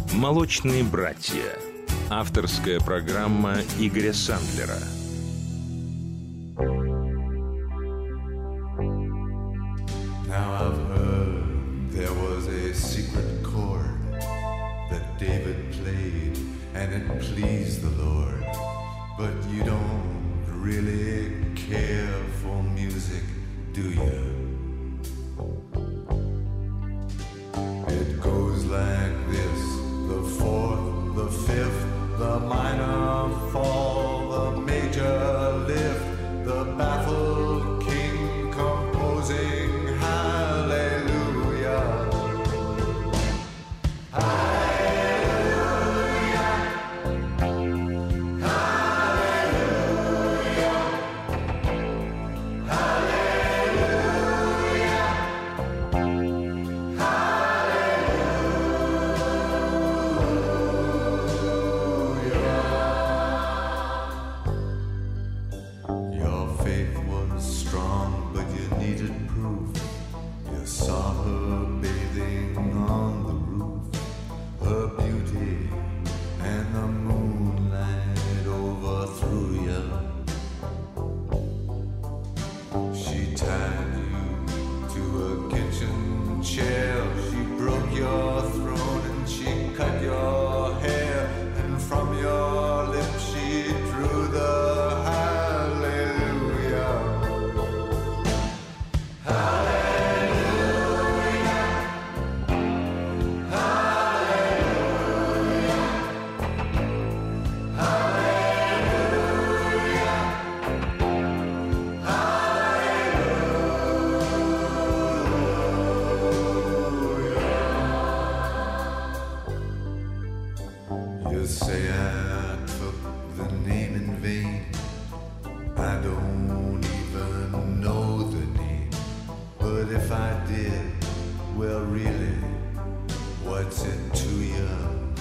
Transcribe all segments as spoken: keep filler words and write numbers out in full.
«Молочные братья». Авторская программа Игоря Сандлера. Now I've heard there was a secret chord that David played and it pleased the Lord. But you don't really care for music, do you? It goes like this: the fourth, the fifth, the minor fall, the major lift, the baffled king composing hallelujah. Hallelujah. Hallelujah. Your faith was strong, but you needed proof. You saw her bathing on the roof, her beauty and the moonlight overthrew you. She tied you to a kitchen chair, she broke your throne and she cut your hair, and from your lips she drew the hallelujah. Hallelujah. Hallelujah. Hallelujah. Hallelujah. You say I took the name in vain. I don't even know the name. But if I did, well really, what's it to you?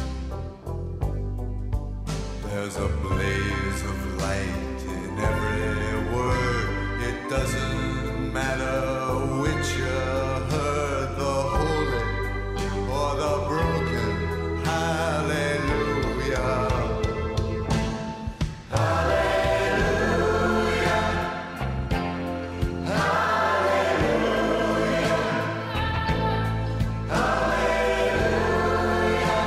There's a blaze of light in every word. It doesn't matter which you heard, the holy or the broken. Hallelujah. Hallelujah. Hallelujah. Hallelujah.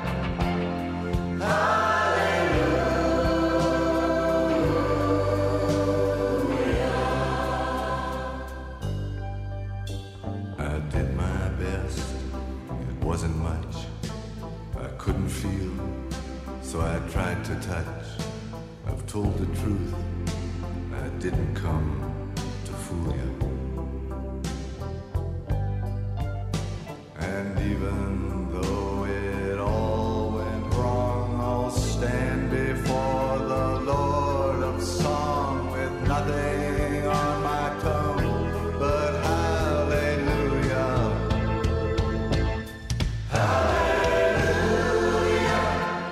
I did my best. It wasn't much. I couldn't feel, so I tried to touch. I've told the truth. I didn't come to fool you. And even though it all went wrong, I'll stand before the Lord of Song with nothing on my tongue but hallelujah. Hallelujah.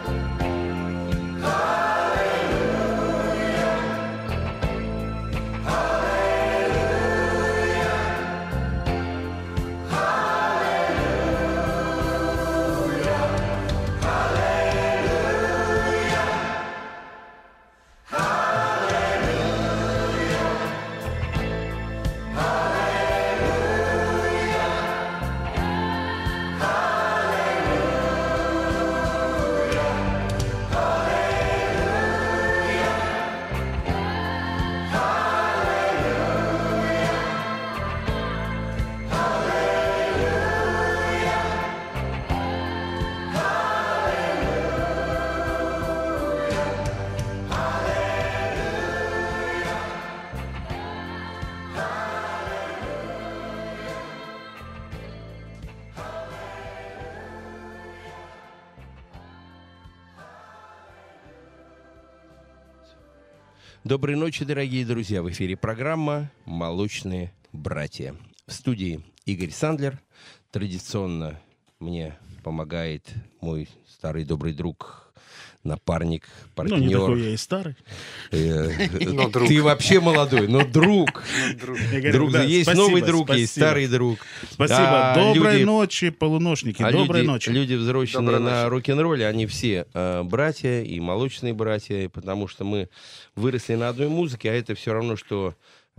Hallelujah. Hallelujah. Доброй ночи, дорогие друзья. В эфире программа «Молочные братья». В студии Игорь Сандлер. Традиционно мне помогает мой старый добрый друг, напарник, партнер. Ну, не такой я и старый. Ты вообще молодой, но друг. Друг, есть новый друг, есть старый друг. Спасибо. Доброй ночи, полуношники. Доброй ночи. Люди, взросленные на рок-н-ролле, они все братья и молочные братья, потому что мы выросли на одной музыке, а это все равно, что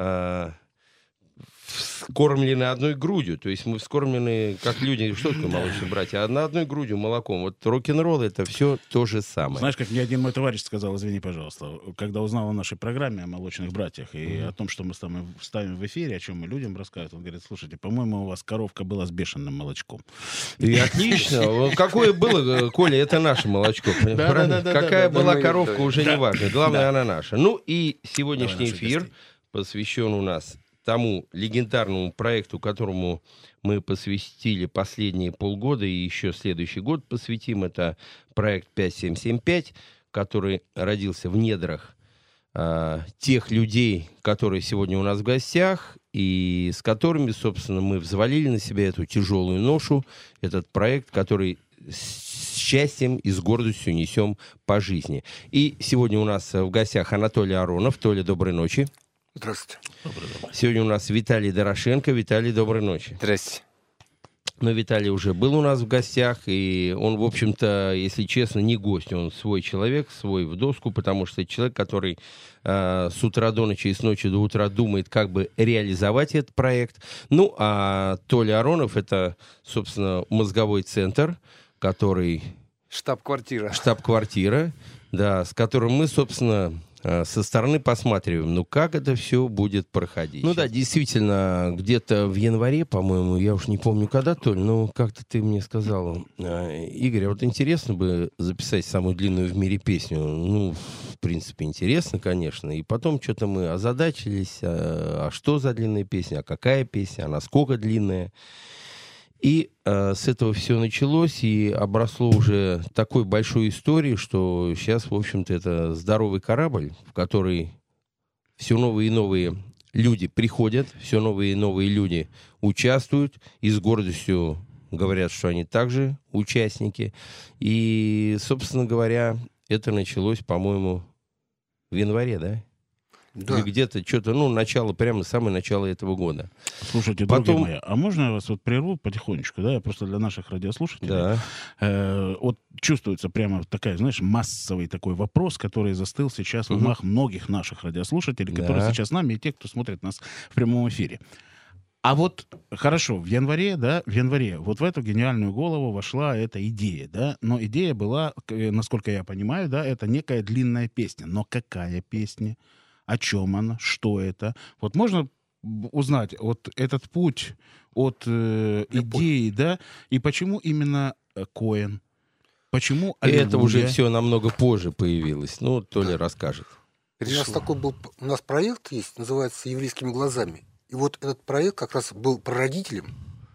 вскормлены одной грудью. То есть мы вскормлены как люди. Что такое молочные братья? На одной грудью молоком. Вот рок-н-ролл — это все то же самое. Знаешь, как мне один мой товарищ сказал, извини, пожалуйста, когда узнал о нашей программе о молочных братьях и mm-hmm. о том, что мы ставим в эфире, о чем мы людям рассказываем, он говорит: слушайте, по-моему, у вас коровка была с бешеным молочком. И отлично. Какое было, Коля, это наше молочко. Какая была коровка, уже не важно. Главное, она наша. Ну и сегодняшний эфир посвящен у нас тому легендарному проекту, которому мы посвятили последние полгода и еще следующий год посвятим. Это проект пять семь семь пять, который родился в недрах э, тех людей, которые сегодня у нас в гостях, и с которыми, собственно, мы взвалили на себя эту тяжелую ношу, этот проект, который с счастьем и с гордостью несем по жизни. И сегодня у нас в гостях Анатолий Аронов. Толя, доброй ночи. Здравствуйте. Сегодня у нас Виталий Дорошенко. Виталий, доброй ночи. Здрасте. Но Виталий уже был у нас в гостях, и он, в общем-то, если честно, не гость, он свой человек, свой в доску, потому что это человек, который э, с утра до ночи и с ночи до утра думает, как бы реализовать этот проект. Ну, а Толя Аронов — это, собственно, мозговой центр, который... Штаб-квартира. Штаб-квартира, да, с которым мы, собственно... со стороны посматриваем, ну как это все будет проходить. Ну да, действительно, где-то в январе, по-моему, я уж не помню когда, Толь, но как-то ты мне сказал, Игорь, а вот интересно бы записать самую длинную в мире песню. Ну, в принципе, интересно, конечно. И потом что-то мы озадачились, а, а что за длинная песня, а какая песня, а насколько длинная. И э, с этого все началось и обросло уже такой большой историей, что сейчас, в общем-то, это здоровый корабль, в который все новые и новые люди приходят, все новые и новые люди участвуют и с гордостью говорят, что они также участники. И, собственно говоря, это началось, по-моему, в январе, да? Да. Или где-то что-то, ну, начало, прямо самое начало этого года. Слушайте, Потом... друзья мои, а можно я вас вот прерву потихонечку, да, я просто для наших радиослушателей. Да. Э, вот чувствуется прямо такая, знаешь, массовый такой вопрос, который застыл сейчас в умах угу. многих наших радиослушателей, да. которые сейчас с нами, и те, кто смотрит нас в прямом эфире. А вот, хорошо, в январе, да, в январе вот в эту гениальную голову вошла эта идея, да, но идея была, насколько я понимаю, да, это некая длинная песня. Но какая песня? О чем она, что это. Вот можно узнать вот этот путь от э, идеи, да, и почему именно э, Коэн, почему Аллилуйя? Это уже все намного позже появилось. Ну, Толя да. расскажет. У нас такой был, у нас проект есть, называется «Еврейскими глазами». И вот этот проект как раз был прародителем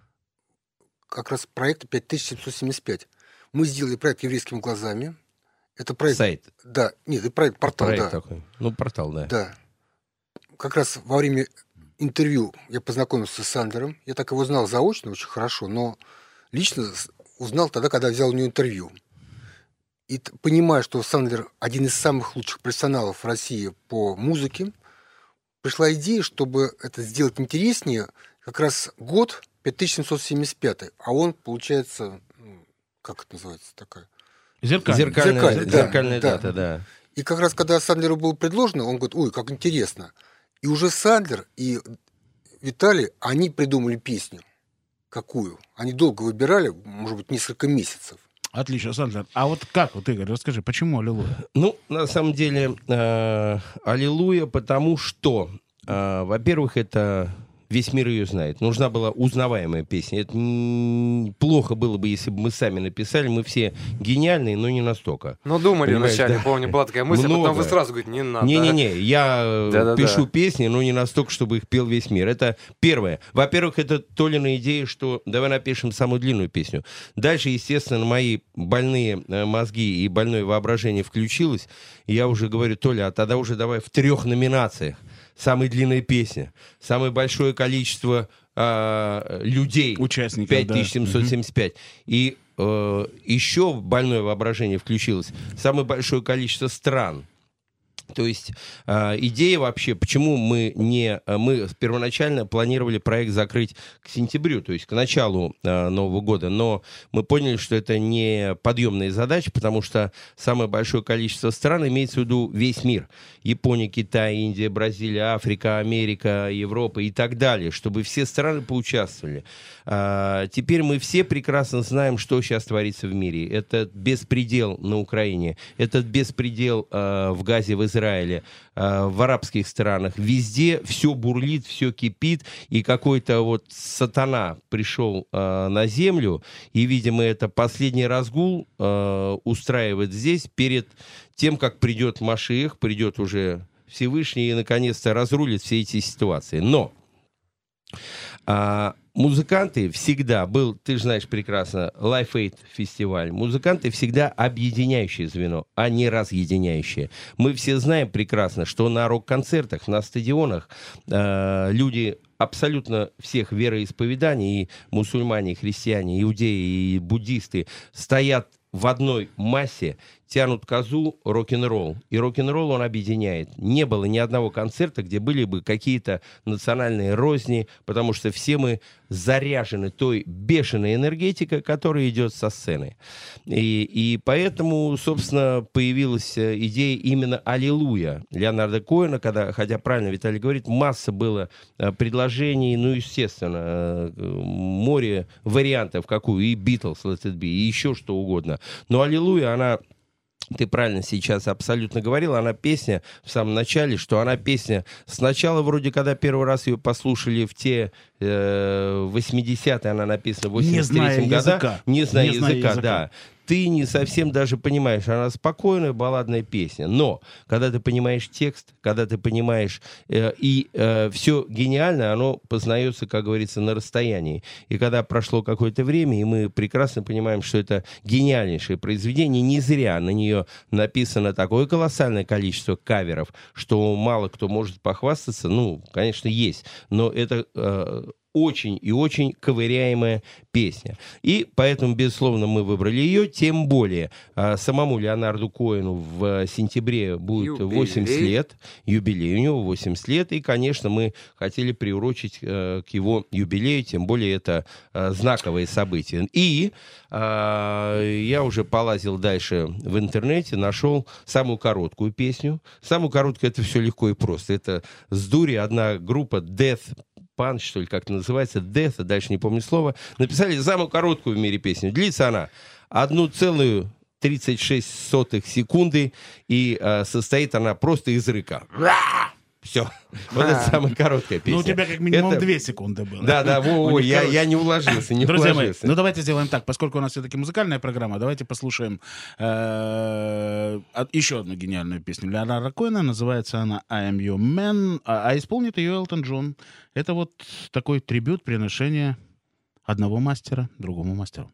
как раз проекта пять тысяч семьсот семьдесят пять. Мы сделали проект «Еврейскими глазами». Это проект... Сайт? Да, нет, это проект, портал, проект да. такой. Ну, портал, да. Да. Как раз во время интервью я познакомился с Сандером. Я так его знал заочно очень хорошо, но лично узнал тогда, когда взял у него интервью. И понимая, что Сандер один из самых лучших профессионалов в России по музыке, пришла идея, чтобы это сделать интереснее, как раз год пять тысяч семьсот семьдесят пять, а он, получается, как это называется такая? Зеркальная, зеркальная, зеркальная, да, зеркальная да. дата, да. И как раз, когда Сандлеру было предложено, он говорит, ой, как интересно. И уже Сандлер и Виталий, они придумали песню. Какую? Они долго выбирали, может быть, несколько месяцев. Отлично, Сандлер. А вот как, вот, Игорь, расскажи, почему «Аллилуйя»? Ну, на самом деле, э, «Аллилуйя», потому что, э, во-первых, это... Весь мир ее знает. Нужна была узнаваемая песня. Это м- плохо было бы, если бы мы сами написали. Мы все гениальные, но не настолько. Ну, думали понимаешь, вначале, да? помню, была такая мысль, Много. а потом вы сразу говорите, не надо. Не-не-не, я Да-да-да. пишу песни, но не настолько, чтобы их пел весь мир. Это первое. Во-первых, это Толина идея, что давай напишем самую длинную песню. Дальше, естественно, мои больные мозги и больное воображение включилось. И я уже говорю, Толя, а тогда уже давай в трех номинациях. Самая длинная песня, самое большое количество э, людей. Участников, пять тысяч семьсот семьдесят пять. Да. И э, еще больное воображение включилось. Самое большое количество стран. То есть э, идея вообще, почему мы не... Мы первоначально планировали проект закрыть к сентябрю, то есть к началу э, Нового года, но мы поняли, что это не подъемная задача, потому что самое большое количество стран имеется в виду весь мир. Япония, Китай, Индия, Бразилия, Африка, Америка, Европа и так далее, чтобы все страны поучаствовали. Э, теперь мы все прекрасно знаем, что сейчас творится в мире. Это беспредел на Украине, этот беспредел э, в Газе, в Израиле, э, в арабских странах. Везде все бурлит, все кипит, и какой-то вот сатана пришел э, на землю, и, видимо, это последний разгул э, устраивает здесь перед тем, как придет Машиах, придет уже Всевышний и, наконец-то, разрулит все эти ситуации. Но а, музыканты всегда, был, ты же знаешь прекрасно, Live Aid фестиваль, музыканты всегда объединяющее звено, а не разъединяющее. Мы все знаем прекрасно, что на рок-концертах, на стадионах э, люди абсолютно всех вероисповеданий, и мусульмане, и христиане, и иудеи, и буддисты, стоят в одной массе, тянут козу рок-н-ролл. И рок-н-ролл он объединяет. Не было ни одного концерта, где были бы какие-то национальные розни, потому что все мы заряжены той бешеной энергетикой, которая идет со сцены. И, и поэтому, собственно, появилась идея именно «Аллилуйя» Леонарда Коэна, когда, хотя правильно Виталий говорит, масса было предложений, ну, естественно, море вариантов, какую, и Beatles, Let It Be, и еще что угодно. Но «Аллилуйя», она... Ты правильно сейчас абсолютно говорил, она песня в самом начале, что она песня сначала вроде, когда первый раз ее послушали в те э, восьмидесятые, она написана в восемьдесят третьем году. Не зная языка. Не зная языка, да. Ты не совсем даже понимаешь, она спокойная, балладная песня. Но, когда ты понимаешь текст, когда ты понимаешь, э, и э, все гениально, оно познается, как говорится, на расстоянии. И когда прошло какое-то время, и мы прекрасно понимаем, что это гениальнейшее произведение, не зря на нее написано такое колоссальное количество каверов, что мало кто может похвастаться. Ну, конечно, есть, но это... Э, очень и очень ковыряемая песня. И поэтому, безусловно, мы выбрали ее. Тем более, а, самому Леонарду Коэну в сентябре будет юбилей. восемьдесят лет. Юбилей у него восемьдесят лет. И, конечно, мы хотели приурочить а, к его юбилею. Тем более, это а, знаковое событие. И а, я уже полазил дальше в интернете, нашел самую короткую песню. Самую короткую — это все легко и просто. Это с дури одна группа Death Punch, что ли, как-то называется, Death, дальше не помню слова, написали самую короткую в мире песню. Длится она одну целую тридцать шесть сотых секунды, и э, состоит она просто из рыка. Все. Вот это самая короткая песня. Ну, у тебя как минимум две секунды было. Да, да, во, я, я не уложился, не Друзья уложился. мои, ну давайте сделаем так, поскольку у нас все-таки музыкальная программа, давайте послушаем э, еще одну гениальную песню Леонарда Коэна, называется она «I am your man», а, а исполнит ее Элтон Джон. Это вот такой трибют, приношение одного мастера другому мастеру.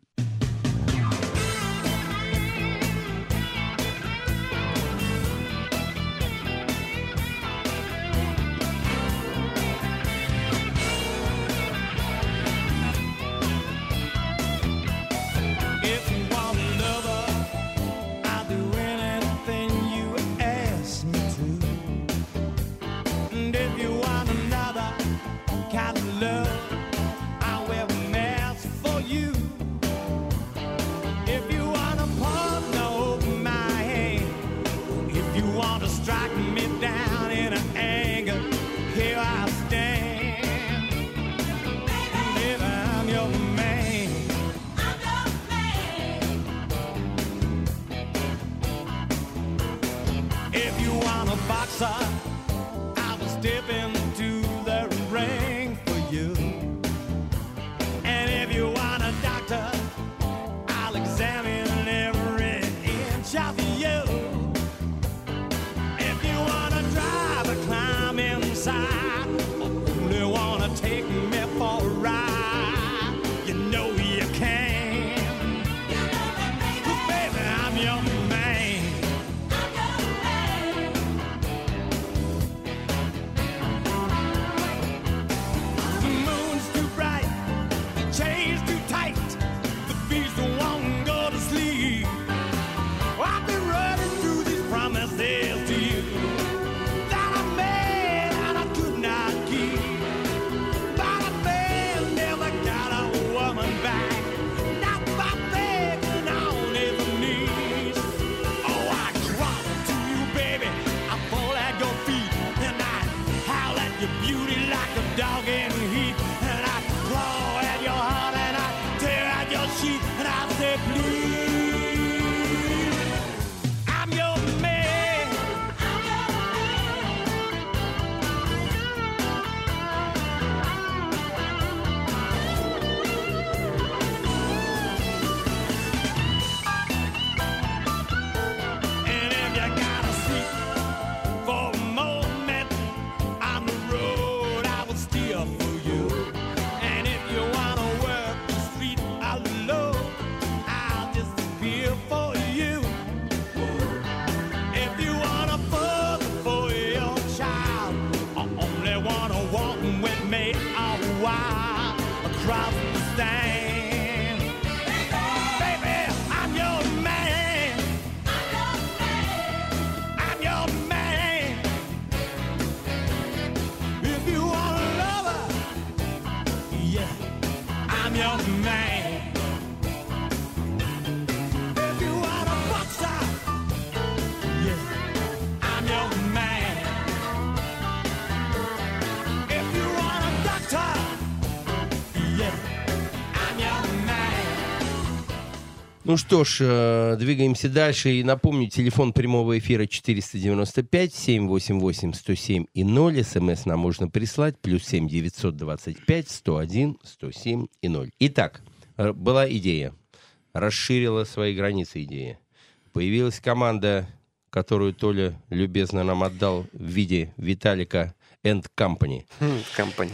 I will step into the ring for you. And if you want a doctor, I'll examine every inch of you. If you want to drive a climb inside, or only want to take me for a ride, you know you can. You know that, baby. 'Cause baby, I'm your man. Chains too tight, the beast won't Ну что ж, э, двигаемся дальше. И напомню, телефон прямого эфира четыреста девяносто пять семь восемь восемь сто семь и ноль. СМС нам можно прислать. Плюс семь девятьсот двадцать пять сто один сто семь и ноль. Итак, э, была идея. Расширила свои границы идея. Появилась команда, которую Толя любезно нам отдал в виде Виталика and Company. Company.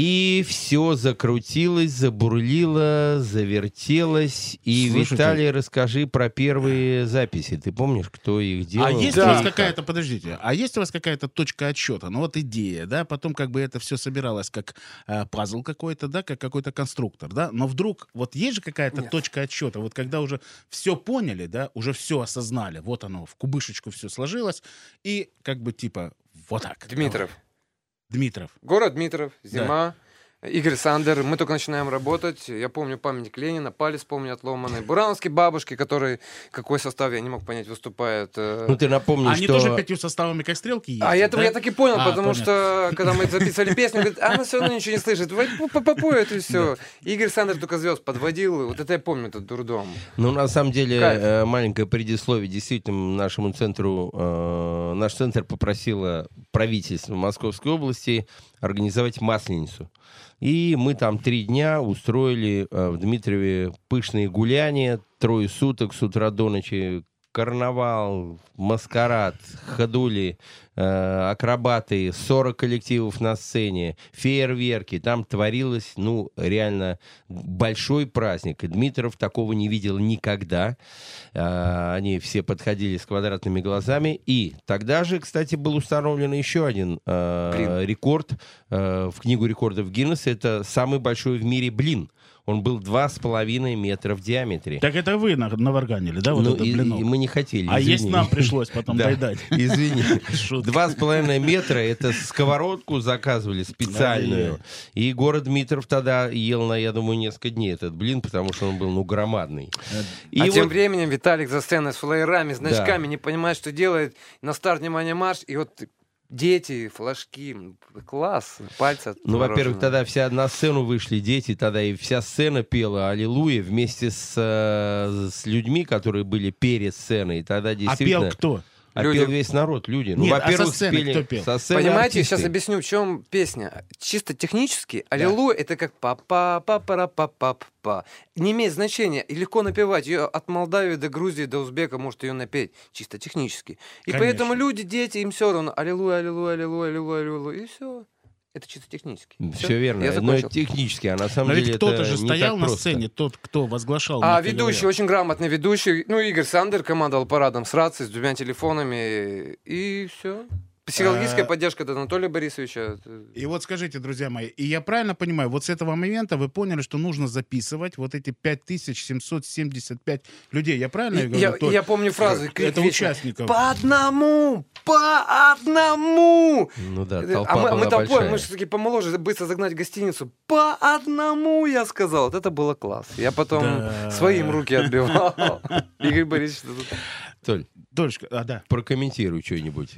И все закрутилось, забурлило, завертелось. И, Слушайте, Виталий, расскажи про первые записи. Ты помнишь, кто их делал? А есть Да. у вас какая-то, подождите, а есть у вас какая-то точка отсчета? Ну вот идея, да, потом как бы это все собиралось как э, пазл какой-то, да, как какой-то конструктор, да, но вдруг вот есть же какая-то Нет. точка отсчета, вот когда уже все поняли, да, уже все осознали, вот оно, в кубышечку все сложилось, и как бы типа вот так. Дмитров. Дмитров. Город Дмитров, зима. Игорь Сандер, мы только начинаем работать. Я помню памятник Ленина, палец помню отломанный. Бурановские бабушки, которые, какой состав, я не мог понять, выступают. э, Ну, ты напомни, Они что... тоже пятью составами, как стрелки есть. А я, это, да? я так и понял, А, потому понятно. что, когда мы записывали песню, говорит, а она все равно ничего не слышит. Попой это и все. Игорь Сандер только звезд подводил. Вот это я помню, этот дурдом. Ну, на самом деле, Кайф. э, маленькое предисловие. Действительно, нашему центру, э, наш центр попросило правительство Московской области организовать Масленицу. И мы там три дня устроили э, в Дмитрове пышные гуляния, трое суток с утра до ночи. Карнавал, маскарад, ходули, э, акробаты, сорок коллективов на сцене, фейерверки. Там творилось, ну, реально большой праздник. И Дмитров такого не видел никогда. Э, они все подходили с квадратными глазами. И тогда же, кстати, был установлен еще один э, рекорд э, в Книгу рекордов Гиннесса. Это самый большой в мире блин. Он был два с половиной метра в диаметре. Так это вы на- наварганили, да, вот Ну, это и, блинок? и мы не хотели. А извини. есть нам пришлось потом Да, доедать. Извини. Шутка. Два с половиной метра, это сковородку заказывали специальную. Ой-ой-ой. И город Дмитров тогда ел на, я думаю, несколько дней этот блин, потому что он был, ну, громадный. И а вот- тем временем Виталик за сценой с флеерами, значками, не понимает, что делает. На старт, внимание, марш. И вот дети, флажки, класс, пальцы Ну, во-первых, отмороженные. тогда вся на сцену вышли дети, тогда и вся сцена пела «Аллилуйя» вместе с, э, с людьми, которые были перед сценой. И тогда А действительно... пел кто? А Люди. пел весь народ, люди. Ну, Нет, а во-первых, со сцены спели... кто пел? Со сцены Понимаете, артисты. сейчас объясню, в чем песня. Чисто технически, аллилуйя, это как па па па пара па па па Не имеет значения. И легко напевать. Ее от Молдавии до Грузии, до Узбека может ее напеть. Чисто технически. И Конечно. поэтому люди, дети, им все равно. Аллилуйя, аллилуйя, аллилуйя, аллилуйя, аллилуйя. И все. Это чисто технически. Все верно, Я но закончил. технически, а на самом Но деле ведь кто-то это же не стоял так на просто. сцене, тот, кто возглашал. А мягко ведущий, говоря. очень грамотный ведущий. Ну, Игорь Сандер командовал парадом с рацией, с двумя телефонами. И все. Психологическая А- поддержка от Анатолия Борисовича. И вот скажите, друзья мои, и я правильно понимаю, вот с этого момента вы поняли, что нужно записывать вот эти пять тысяч семьсот семьдесят пять людей. Я правильно И- говорю? я, То- я помню фразу. крик Это вечный. участников. По одному! По одному! Ну да, Э, толпа а мы, была мы толпой, большая. мы же все-таки помоложе, быстро загнать в гостиницу. По одному, я сказал. Вот это было класс. Я потом Да. своим руки отбивал. Игорь Борисович, тут- Толь, Толечка, а, да. прокомментируй что-нибудь.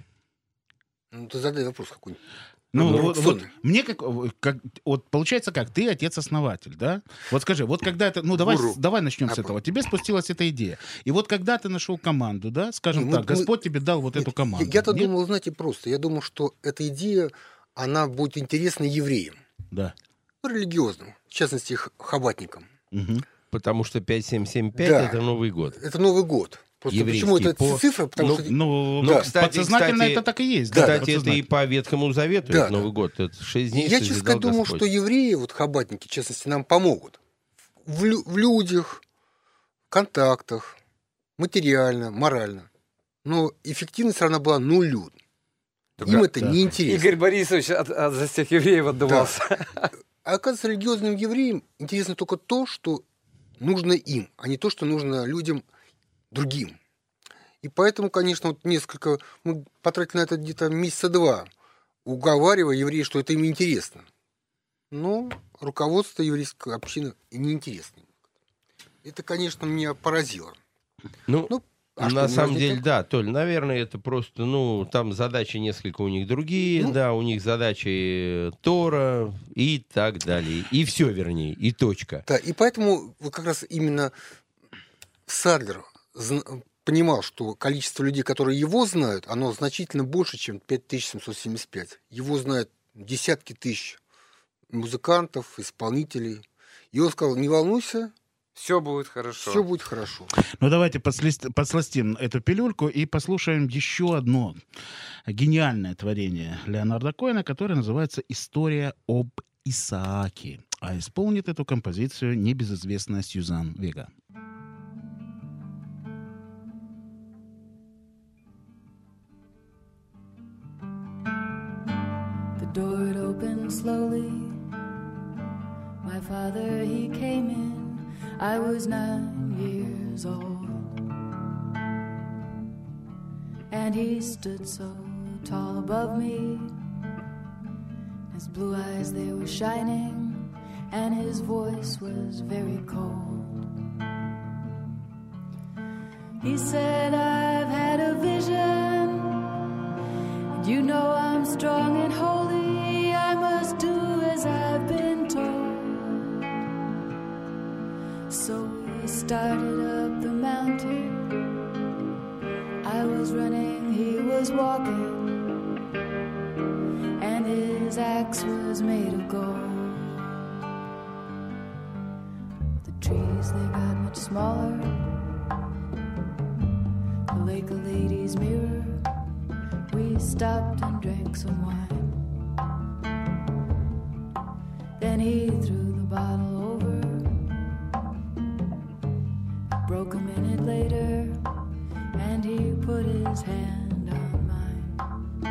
Ну, ты задай вопрос какой-нибудь. Ну, Ну, вот, вот вот сон. мне как, как, вот получается как, ты отец-основатель, да? Вот скажи, вот когда это, ну давай, Гуру. с- давай начнем с А, этого. Тебе спустилась эта идея. И вот когда ты нашел команду, да, скажем Ну, так, мы- Господь тебе дал вот Нет, эту команду. я- Я-то Нет? думал, знаете, просто. Я думал, что эта идея, она будет интересна евреям, Да. ну, религиозным, в частности, х- хабатникам. Мгм. Потому что пять семь семь пять Да. это Новый год. Это Новый год. Просто Еврейский почему это по- цифра? Потому Ну, что Ну, Ну, да, кстати, подсознательно кстати, это так и есть. да, Кстати, это подсознательно. и по Ветхому Завету, Да, это да. Новый год. Это шесть дней я, честно созидал сказать, думал, Господь. что евреи, вот хабатники, в частности, нам помогут. В, лю- в людях, в контактах, материально, морально. Но эффективность равна была нулю. Им это так. неинтересно. Игорь Борисович от, от- за всех евреев отдувался. А оказывается, религиозным евреям интересно только то, что нужно им, а не то, что нужно людям другим. И поэтому, конечно, вот несколько... Мы потратили на это где-то месяца два, уговаривая евреев, что это им интересно. Но руководство еврейской общины неинтересно. Это, конечно, меня поразило. Ну, Ну, а на что, самом разве деле, так? да, Толь, наверное, это просто, ну, там задачи несколько у них другие, Ну. да, у них задачи Тора и так далее. И все, вернее, и точка. Да, и поэтому вот как раз именно Сандлер зн- понимал, что количество людей, которые его знают, оно значительно больше, чем пять тысяч семьсот семьдесят пять. Его знают десятки тысяч музыкантов, исполнителей. И он сказал, не волнуйся, Все будет хорошо. все будет хорошо. Ну, давайте подслест- подсластим эту пилюльку и послушаем еще одно гениальное творение Леонарда Коэна, которое называется «История об Исааке». А исполнит эту композицию небезызвестная Сьюзан Вега. The door had opened slowly. My father, he came in. I was nine years old. And he stood so tall above me. His blue eyes, they were shining. And his voice was very cold. He said, I've had a vision. And you know I'm strong and holy. I must do as I've been told. So we started up the mountain. I was running, he was walking. And his axe was made of gold. The trees, they got much smaller. The lake, a lady's mirror. We stopped and drank some wine. Then he threw the bottle over. Broke a minute later, and he put his hand on mine.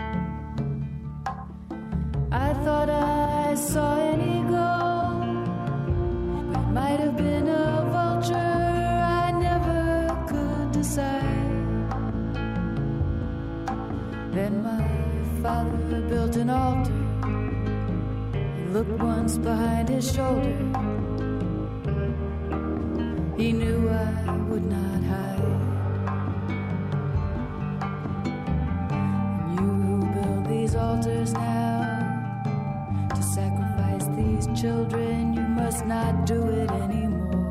I thought I saw an eagle, but it might have been a vulture. I never could decide. Then my father built an altar. He looked once behind his shoulder. He knew I would not hide. And you who build these altars now to sacrifice these children, you must not do it anymore.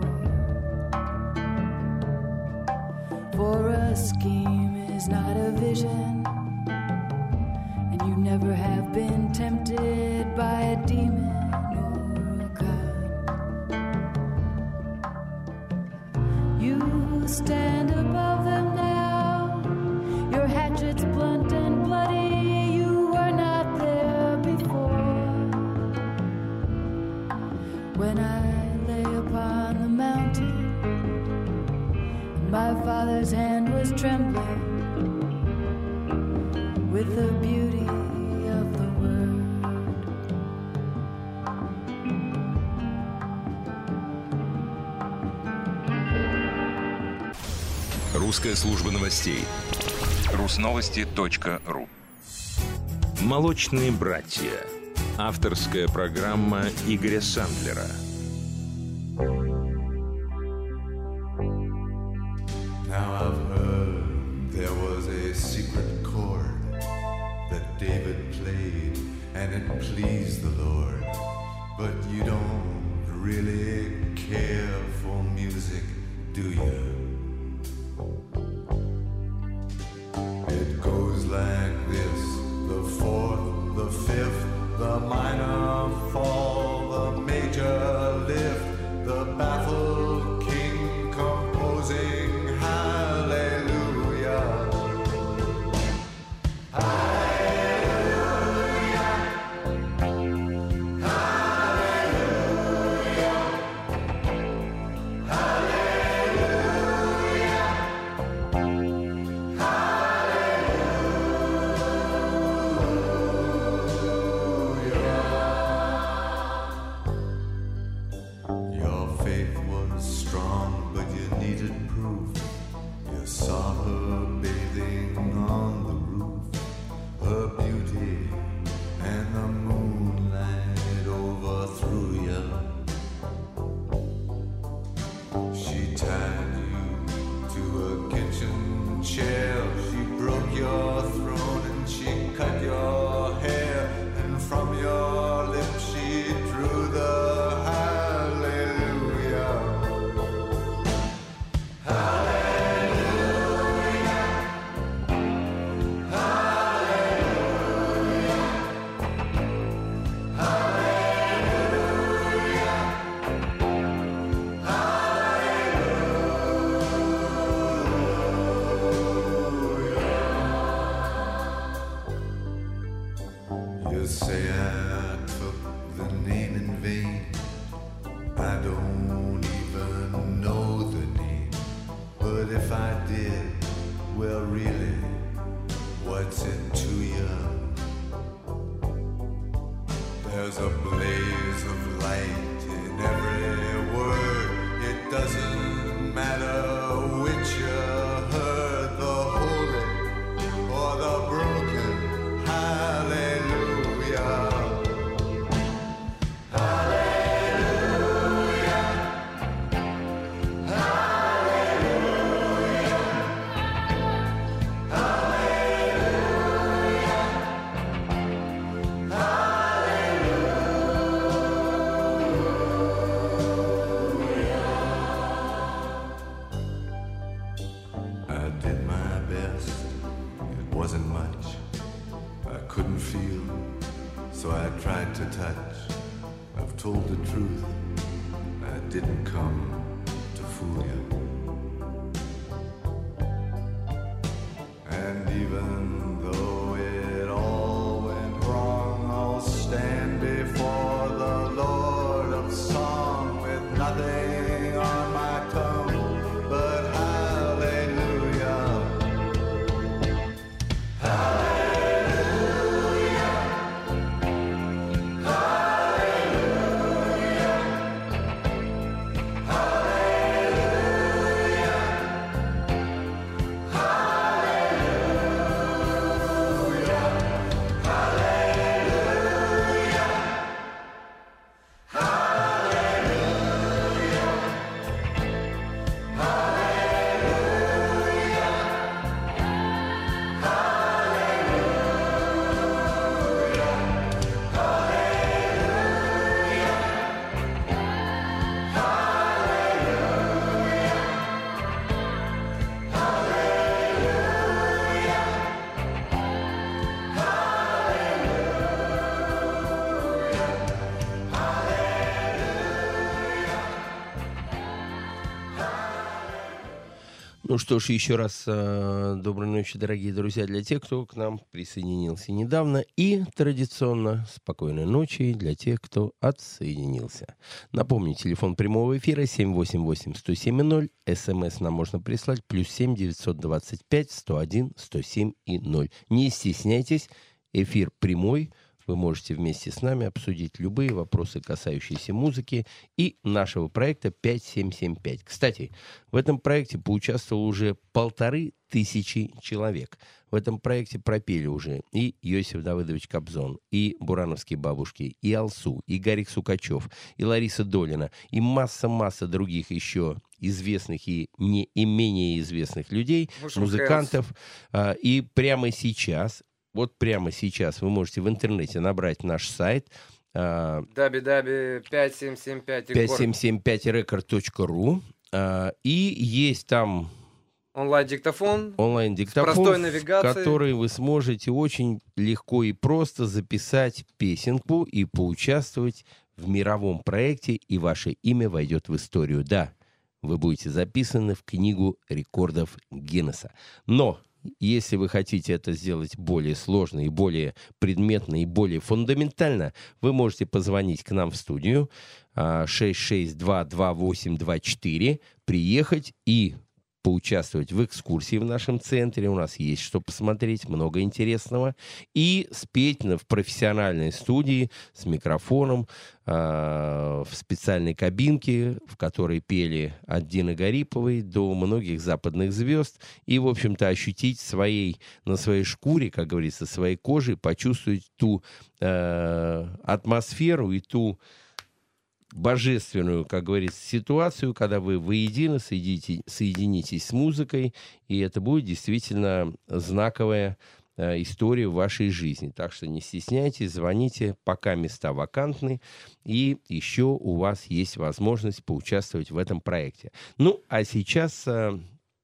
For a scheme is not a vision. You never have been tempted by a demon or a god. You stand above them now. Your hatchet's blunt and bloody. You were not there before. When I lay upon the mountain, my father's hand was trembling with the beauty of the word. Русская служба новостей. русновости точка ру. «Молочные братья». Авторская программа Игоря Сандлера. Now I've heard there was a secret chord that David played and it pleased the Lord. But you don't really care for music, do you? It goes like this: the fourth, the fifth, the minor fall, the major lift, the baffled king composing hallelujah. Your faith was strong, but you needed proof. You saw her bathing on the roof, her beauty and the moonlight overthrew you. She tied you to a kitchen chair, she broke your throne and she cut your hair, and from your lips she drew the hallelujah. Hallelujah. did, well really, what's it to you? There's a blaze of light in every word. It doesn't matter which you heard, the holy or the broken. Hallelujah. So I tried to touch. I've told the truth. I didn't come to fool you. And even though it all went wrong, I'll stand before the Lord of Song with nothing on my tongue but hallelujah. Hallelujah. Ну что ж, еще раз э, доброй ночи, дорогие друзья, для тех, кто к нам присоединился недавно. И традиционно спокойной ночи для тех, кто отсоединился. Напомню, телефон прямого эфира семь восемь восемь сто семь ноль. СМС нам можно прислать плюс семь девятьсот двадцать пять сто один сто семь и ноль. Не стесняйтесь, эфир прямой. Вы можете вместе с нами обсудить любые вопросы, касающиеся музыки и нашего проекта пять семь семь пять. Кстати, в этом проекте поучаствовало уже полторы тысячи человек. В этом проекте пропели уже и Иосиф Давыдович Кобзон, и бурановские бабушки, и Алсу, и Гарик Сукачев, и Лариса Долина, и масса-масса других еще известных и не и менее известных людей, музыкантов. И прямо сейчас... Вот прямо сейчас вы можете в интернете набрать наш сайт даби-даби пять семь семь пять пять семь семь пять рекорд точка ру, и есть там онлайн-диктофон, онлайн-диктофон, простой навигацией, в который вы сможете очень легко и просто записать песенку и поучаствовать в мировом проекте, и ваше имя войдет в историю. Да, вы будете записаны в книгу рекордов Гиннесса. Но если вы хотите это сделать более сложно и более предметно и более фундаментально, вы можете позвонить к нам в студию шесть шесть два два восемь два четыре, приехать и поучаствовать в экскурсии в нашем центре. У нас есть что посмотреть, много интересного. И спеть в профессиональной студии с микрофоном э, в специальной кабинке, в которой пели от Дины Гариповой до многих западных звезд. И, в общем-то, ощутить своей, на своей шкуре, как говорится, своей кожей, почувствовать ту э, атмосферу и ту божественную, как говорится, ситуацию, когда вы воедино соедините, соединитесь с музыкой, и это будет действительно знаковая э, история в вашей жизни. Так что не стесняйтесь, звоните, пока места вакантны, и еще у вас есть возможность поучаствовать в этом проекте. Ну, а сейчас... Э,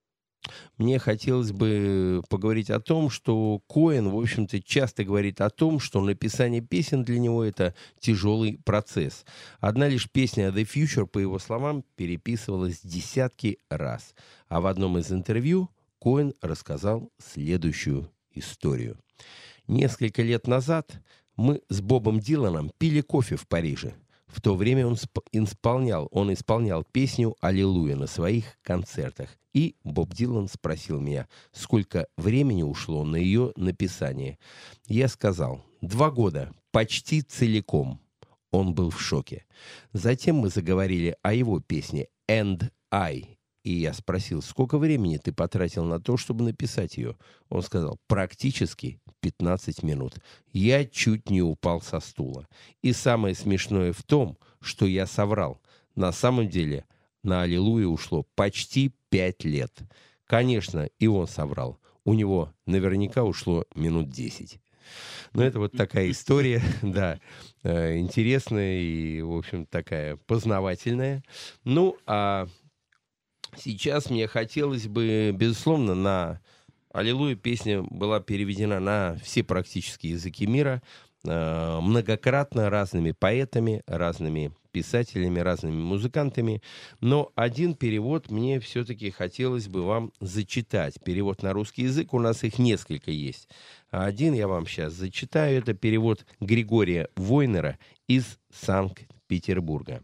Мне хотелось бы поговорить о том, что Коэн, в общем-то, часто говорит о том, что написание песен для него — это тяжелый процесс. Одна лишь песня «The Future», по его словам, переписывалась десятки раз. А в одном из интервью Коэн рассказал следующую историю. Несколько лет назад мы с Бобом Диланом пили кофе в Париже. В то время он сп- исполнял, он исполнял песню «Аллилуйя» на своих концертах. И Боб Дилан спросил меня, сколько времени ушло на ее написание. Я сказал, два года, почти целиком. Он был в шоке. Затем мы заговорили о его песне «And I». И я спросил, сколько времени ты потратил на то, чтобы написать ее? Он сказал, практически пятнадцать минут. Я чуть не упал со стула. И самое смешное в том, что я соврал. На самом деле на «Аллилуйя» ушло почти пять лет. Конечно, и он соврал. У него наверняка ушло минут десять. Но это вот такая история, да, интересная и, в общем, такая познавательная. Ну, а сейчас мне хотелось бы, безусловно, на «Аллилуйя» песня была переведена на все практически языки мира, э, многократно разными поэтами, разными писателями, разными музыкантами. Но один перевод мне все-таки хотелось бы вам зачитать. Перевод на русский язык, у нас их несколько есть. А один я вам сейчас зачитаю. Это перевод Григория Войнера из Санкт-Петербурга.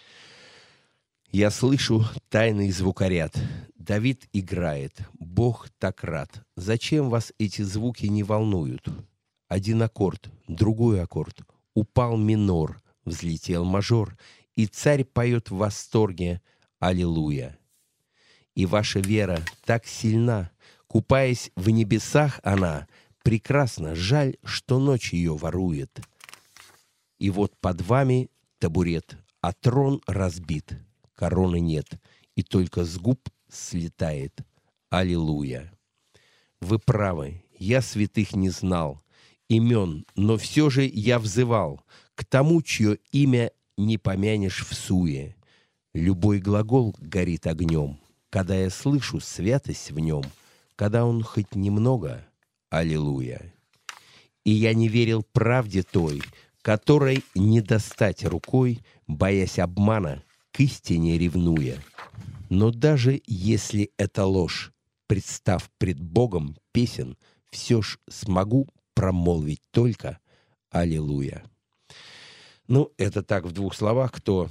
Я слышу тайный звукоряд. Давид играет. Бог так рад. Зачем вас эти звуки не волнуют? Один аккорд, другой аккорд. Упал минор, взлетел мажор. И царь поет в восторге «Аллилуйя». И ваша вера так сильна. Купаясь в небесах она, прекрасно, жаль, что ночь ее ворует. И вот под вами табурет, а трон разбит. Короны нет, и только с губ слетает «Аллилуйя». Вы правы, я святых не знал, имен, но все же я взывал к тому, чье имя не помянешь в суе. Любой глагол горит огнем, когда я слышу святость в нем, когда он хоть немного «Аллилуйя». И я не верил правде той, которой не достать рукой, боясь обмана, к истине ревнуя. Но даже если это ложь, представ пред Богом песен, все ж смогу промолвить только «Аллилуйя». Ну, это так в двух словах, кто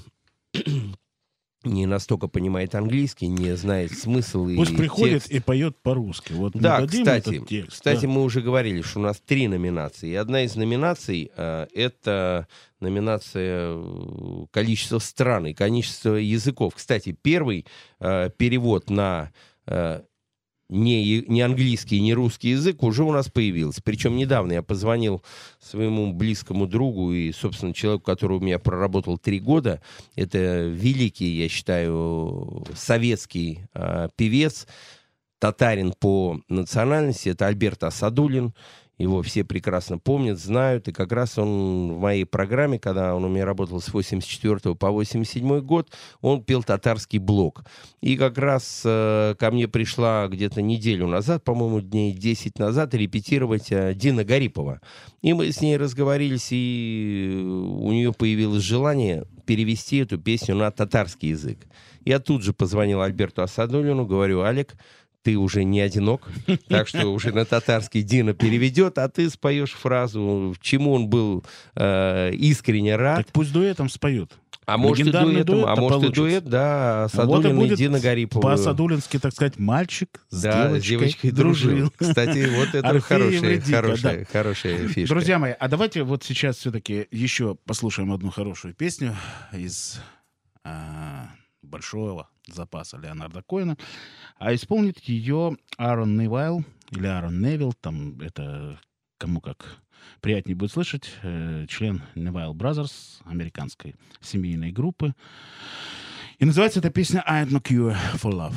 не настолько понимает английский, не знает смысл и Пусть приходит текст. и поет по-русски. Вот да, кстати, текст, кстати, да? мы уже говорили, что у нас три номинации. И одна из номинаций э, — это номинация количество стран и количество языков. Кстати, первый э, перевод на э, не, не английский, не русский язык уже у нас появился. Причем недавно я позвонил своему близкому другу и, собственно, человеку, который у меня проработал три года. Это великий, я считаю, советский э, певец, татарин по национальности. Это Альберт Асадуллин. Его все прекрасно помнят, знают. И как раз он в моей программе, когда он у меня работал с восемьдесят четвёртого по восемьдесят седьмой год, он пел татарский блок. И как раз э, ко мне пришла где-то неделю назад, по-моему, дней десять назад, репетировать э, Дина Гарипова. И мы с ней разговорились, и у нее появилось желание перевести эту песню на татарский язык. Я тут же позвонил Альберту Асадуллину, говорю: Алек, ты уже не одинок, так что уже на татарский Дина переведет, а ты споешь фразу, чему он был э, искренне рад. Так пусть дуэтом споет. А может и дуэтом, а может и дуэт, да, Асадуллин вот и, и Дина Гарипова. По-асадулински, так сказать, мальчик с да, девочкой, девочкой дружил. Кстати, вот это хорошая, хорошая, да. хорошая фишка. Друзья мои, а давайте вот сейчас все-таки еще послушаем одну хорошую песню из а, большого запаса Леонарда Коэна. А исполнит ее Аарон Невайл, или Аарон Невилл, там это кому как приятнее будет слышать, э, член Neville Brothers, американской семейной группы. И называется эта песня «I Ain't No Cure for Love».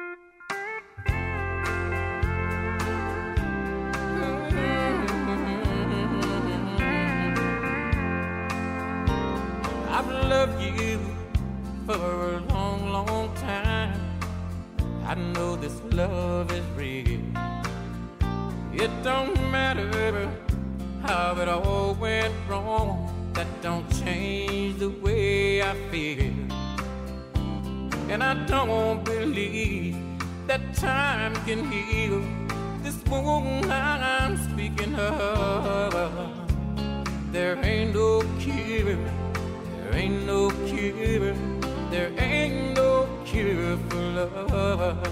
I've loved you for a long, long time. I know this love is real. It don't matter how it all went wrong. That don't change the way I feel. And I don't believe that time can heal this wound I'm speaking of. There ain't no cure, there ain't no cure, there ain't no cure for love.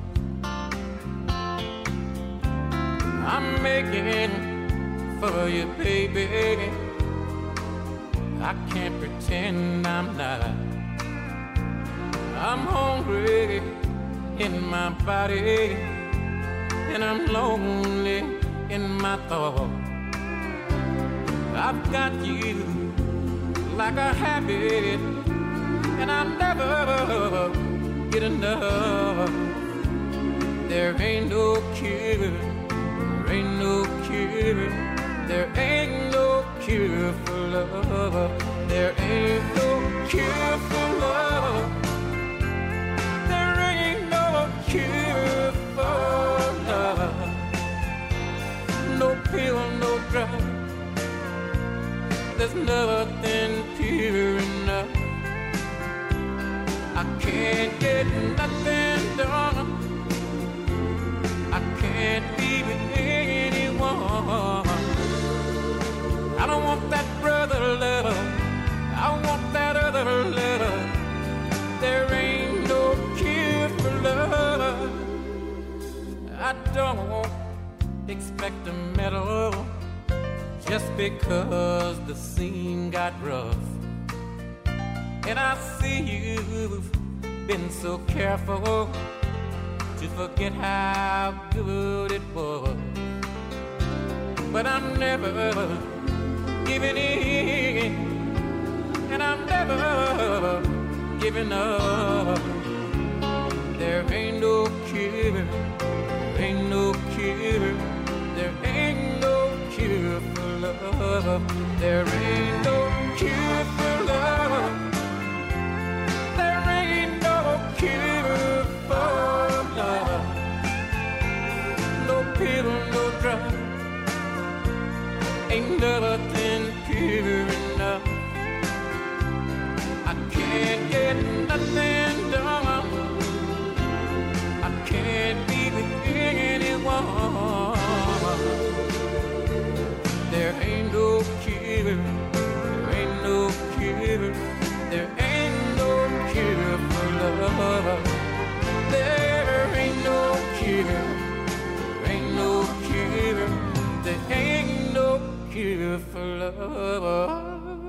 I'm making for you, baby. I can't pretend I'm not. I'm hungry in my body, and I'm lonely in my thoughts. I've got you like a habit, and I'll never get enough. There ain't no cure, there ain't no cure, there ain't no cure for love. There ain't no cure for love. There ain't no cure for love. No pill, no drug. There's nothing pure enough. I can't get nothing done. I can't be with anyone. I don't want that brother love. I want that other love. There ain't no cure for love. I don't expect a medal just because the scene got rough. And I see you've been so careful to forget how good it was. But I'm never giving in, and I'm never giving up. There ain't no cure, there ain't no cure, there ain't no cure for love. There ain't no cure for love. There ain't no cure for love. No pill, no drug. Ain't nothing pure enough. I can't get nothing done. I can't be with anyone. There ain't no cure, there ain't no cure, there ain't no cure for love. There ain't no cure, there ain't no cure, there ain't no cure for love.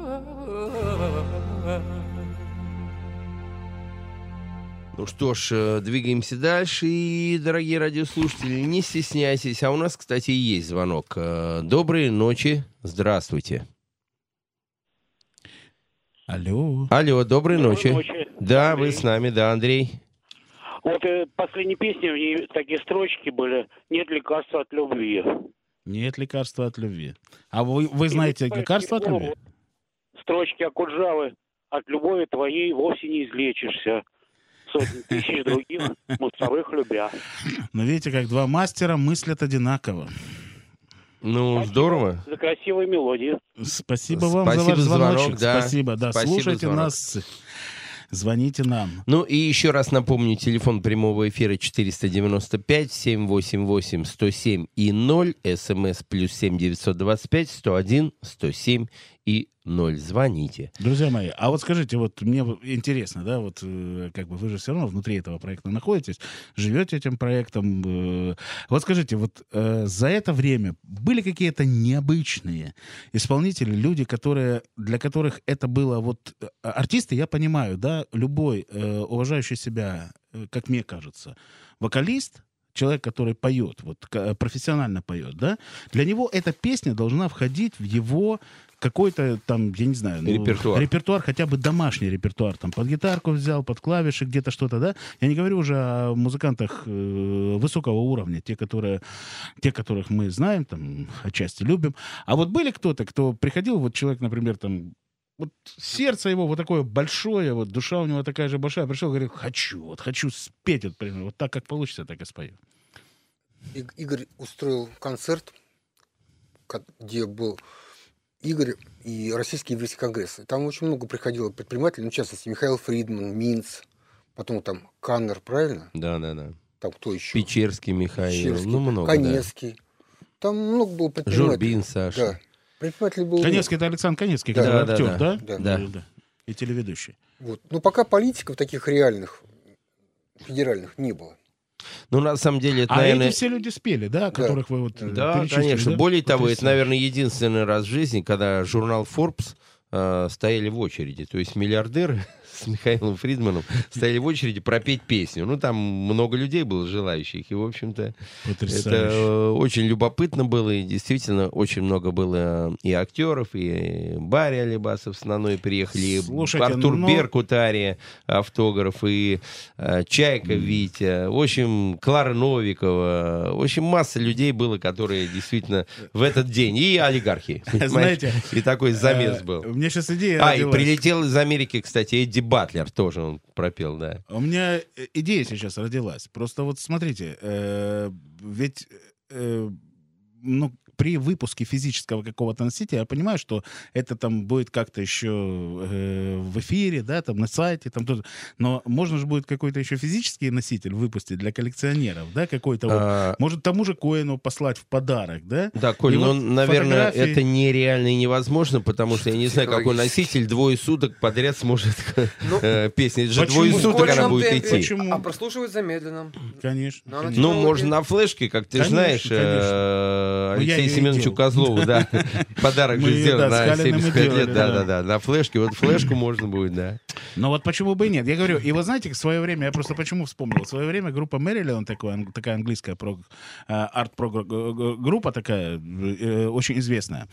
Ну что ж, двигаемся дальше. И, дорогие радиослушатели, не стесняйтесь. А у нас, кстати, есть звонок. Доброй ночи. Здравствуйте. Алло. Алло, доброй, доброй ночи. ночи. Да, Андрей. вы с нами, да, Андрей. Вот э, последней песни, в ней такие строчки были: «Нет лекарства от любви». Нет лекарства от любви. А вы, вы знаете И лекарство от любви? Строчки Акуджавы: «От любови твоей вовсе не излечишься. Сотни тысяч других мусорых любя». Но видите, как два мастера мыслят одинаково. Ну, Спасибо здорово. за красивые мелодии. Спасибо вам Спасибо за ваш за звонок, звоночек. да. Спасибо, да. Спасибо Слушайте за звонок. нас, звоните нам. Ну и еще раз напомню, телефон прямого эфира четыреста девяносто пять семь восемь восемь сто семь и ноль, смс плюс семь девятьсот двадцать пять сто один сто семь и ноль. Звоните. Друзья мои, а вот скажите, вот мне интересно, да, вот э, как бы вы же все равно внутри этого проекта находитесь, живете этим проектом. Э, вот скажите, вот э, за это время были какие-то необычные исполнители, люди, которые, для которых это было вот... э, Артисты, я понимаю, да, любой э, уважающий себя, э, как мне кажется, вокалист, человек, который поет, вот к- профессионально поет, да, для него эта песня должна входить в его какой-то там, я не знаю, ну, Репертуар. репертуар, хотя бы домашний репертуар, там, под гитарку взял, под клавиши, где-то что-то, да. Я не говорю уже о музыкантах э, высокого уровня, те, которые, те, которых мы знаем, там, отчасти любим. А вот были кто-то, кто приходил, вот человек, например, там, вот сердце его вот такое большое, вот душа у него такая же большая, пришел, говорит, хочу, вот хочу спеть, вот, примерно, вот так, как получится, так и спою. И- Игорь устроил концерт, ко- где был Игорь и Российский еврейский конгресс. И там очень много приходило предпринимателей, ну, в частности, Михаил Фридман, Минц, потом там Каннер, правильно? Да, да, да. Там кто еще? Печерский Михаил, Печерский, ну много, Конецкий. Там много было да. предпринимателей. Журбин Саша. Да. Предпринимателей было Конецкий — это Александр Конецкий, Да, который да, актер, да. да? Да. Да. и телеведущий. Вот. Но пока политиков таких реальных, федеральных, не было. Ну, на самом деле, это, а наверное... эти все люди спели, да, которых да. вы вот Да, конечно. Да? Более того, это, наверное, единственный раз в жизни, когда журнал Forbes э, стояли в очереди. То есть миллиардеры с Михаилом Фридманом стояли в очереди пропеть песню. Ну, там много людей было желающих. И, в общем-то, потрясающе. Это очень любопытно было. И действительно, очень много было и актеров, и Барри Алибасов с Наной приехали, Слушайте, Артур но... Беркут, Ария, автограф, и э, Чайка, Витя. В общем, Клара Новикова. В общем, масса людей было, которые действительно в этот день. И олигархи. Знаете, и такой замес был. Мне сейчас идея А, родилась. и прилетел из Америки, кстати, Эдди Батлер тоже он пропел, да. У меня идея сейчас родилась. Просто вот смотрите, э, ведь э, ну, при выпуске физического какого-то носителя я понимаю, что это там будет как-то еще э, в эфире, да, там на сайте, там тоже. Но можно же будет какой-то еще физический носитель выпустить для коллекционеров, да, какой-то А... вот. Может, тому же Коэну послать в подарок, да? Да, Коль, ну, вот наверное, фотографии... это нереально и невозможно, потому что я не знаю, какой носитель двое суток подряд сможет песни. Это же двое суток она будет идти. А прослушивать замедленно. Конечно. Ну, можно на флешке, как ты знаешь, Алексею Семеновичу Козлову, да, подарок же сделан на семьдесят пять лет, да-да-да, на флешке, вот флешку можно будет, да. Ну вот почему бы и нет. Я говорю, и вы знаете, в свое время, я просто почему вспомнил, в свое время группа Marillion, такая, такая английская арт-группа такая, очень известная,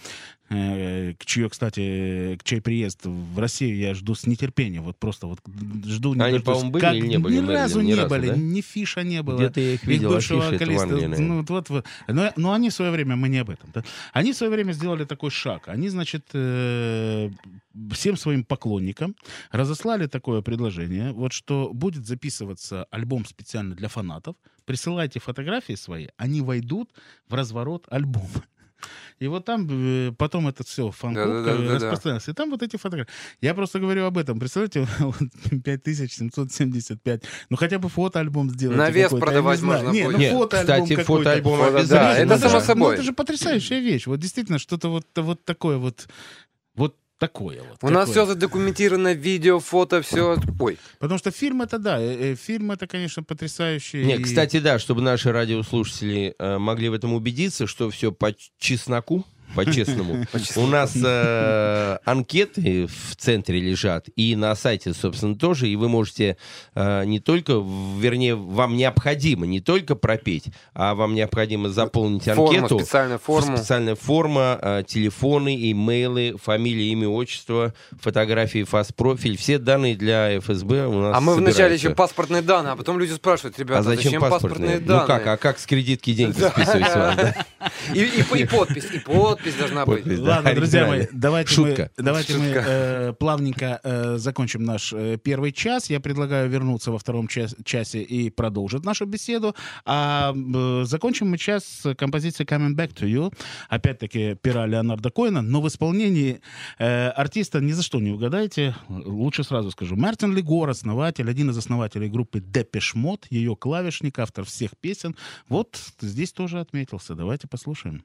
к чье, кстати, к чей приезд в Россию я жду с нетерпением, вот просто вот жду. Они, по-моему, были или не были? Ни разу не были, да? ни фиша не было. Где-то я их видел, бывшего афиши, это в Англии, ну, вот, вот, вот. Но, но они в свое время, мы не об этом, да? Они в свое время сделали такой шаг. Они, значит, э, всем своим поклонникам разослали такое предложение, вот что будет записываться альбом специально для фанатов, присылайте фотографии свои, они войдут в разворот альбома. И вот там э, потом это все фан-клуб да, да, да, распространялось. Да. И там вот эти фотографии. Я просто говорю об этом. Представляете, пять тысяч семьсот семьдесят пять. Ну хотя бы фотоальбом сделать. На вес продавать можно не, будет. ну, фотоальбом кстати, фотоальбом фото, обязательно. Да, это само ну, собой. Ну, это же потрясающая вещь. Вот действительно что-то вот, вот такое вот. Вот такое вот. У такое. нас все задокументировано, видео, фото, все. Ой. Потому что фильм это, да, э, фильм это, конечно, потрясающий. Нет, и... кстати, да, чтобы наши радиослушатели э, могли в этом убедиться, что все по чесноку, по-честному. У нас э, анкеты в центре лежат, и на сайте, собственно, тоже, и вы можете э, не только, вернее, вам необходимо не только пропеть, а вам необходимо заполнить анкету. Форма, специальная форма. Специальная форма, э, телефоны, имейлы, фамилия, имя, отчество, фотографии, фас-профиль, все данные для эф эс бэ у нас А мы собираются. вначале еще паспортные данные, а потом люди спрашивают, ребята, а зачем, зачем паспортные? паспортные данные? Ну как, а как с кредитки деньги списывать с вас, да? И, и, и подпись, и подпись должна быть. Подпись, да, Ладно, друзья мои, оригинально. давайте Шутка. мы, давайте Шутка. мы э, плавненько э, закончим наш э, первый час. Я предлагаю вернуться во втором час, часе и продолжить нашу беседу. А э, закончим мы час с композицией Coming Back to You. Опять-таки пера Леонарда Коэна, но в исполнении э, артиста ни за что не угадаете. Лучше сразу скажу. Мартин Лигор, основатель, один из основателей группы Depeche Mode, ее клавишник, автор всех песен. Вот здесь тоже отметился. Давайте послушаем.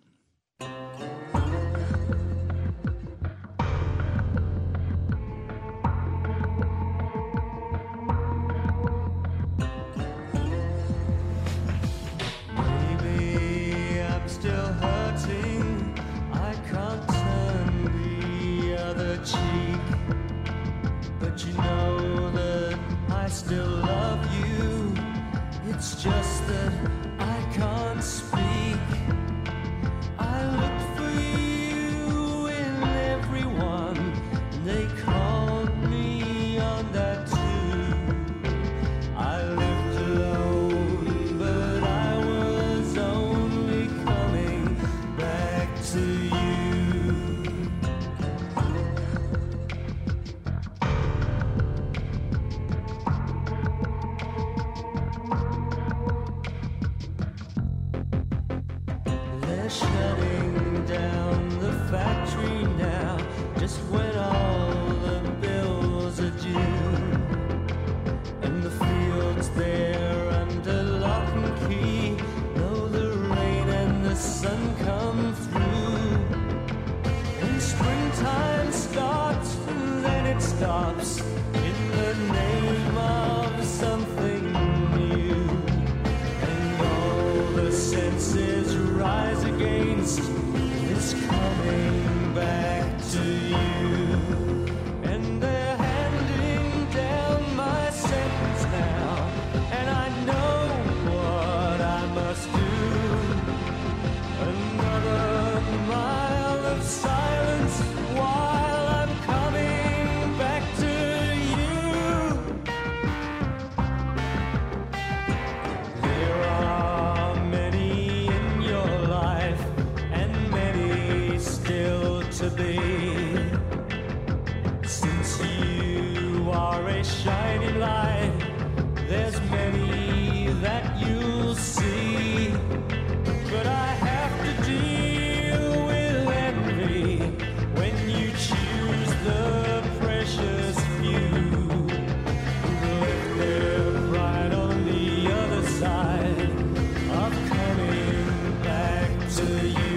Still hurting, I can't turn the other cheek, but you know that I still love you. It's just that I can't speak. I looked for you in everyone, and they called me on that too. I lived alone, but I was only coming back to you. They're shutting down the factory now, just when all the bills are due, and the fields there under lock and key, though the rain and the sun come through. And springtime starts, and then it stops. stops in the name of something new, and all the senses rise against this coming back to you, and they're handing down my sentence now, and I know what I must do. Another mile of silence while I'm coming back to you. There are many in your life and many still to be. Since you are a shining light, there's many that you'll see. But I have to deal with envy when you choose the precious few who've left their pride on the other side of coming back to you.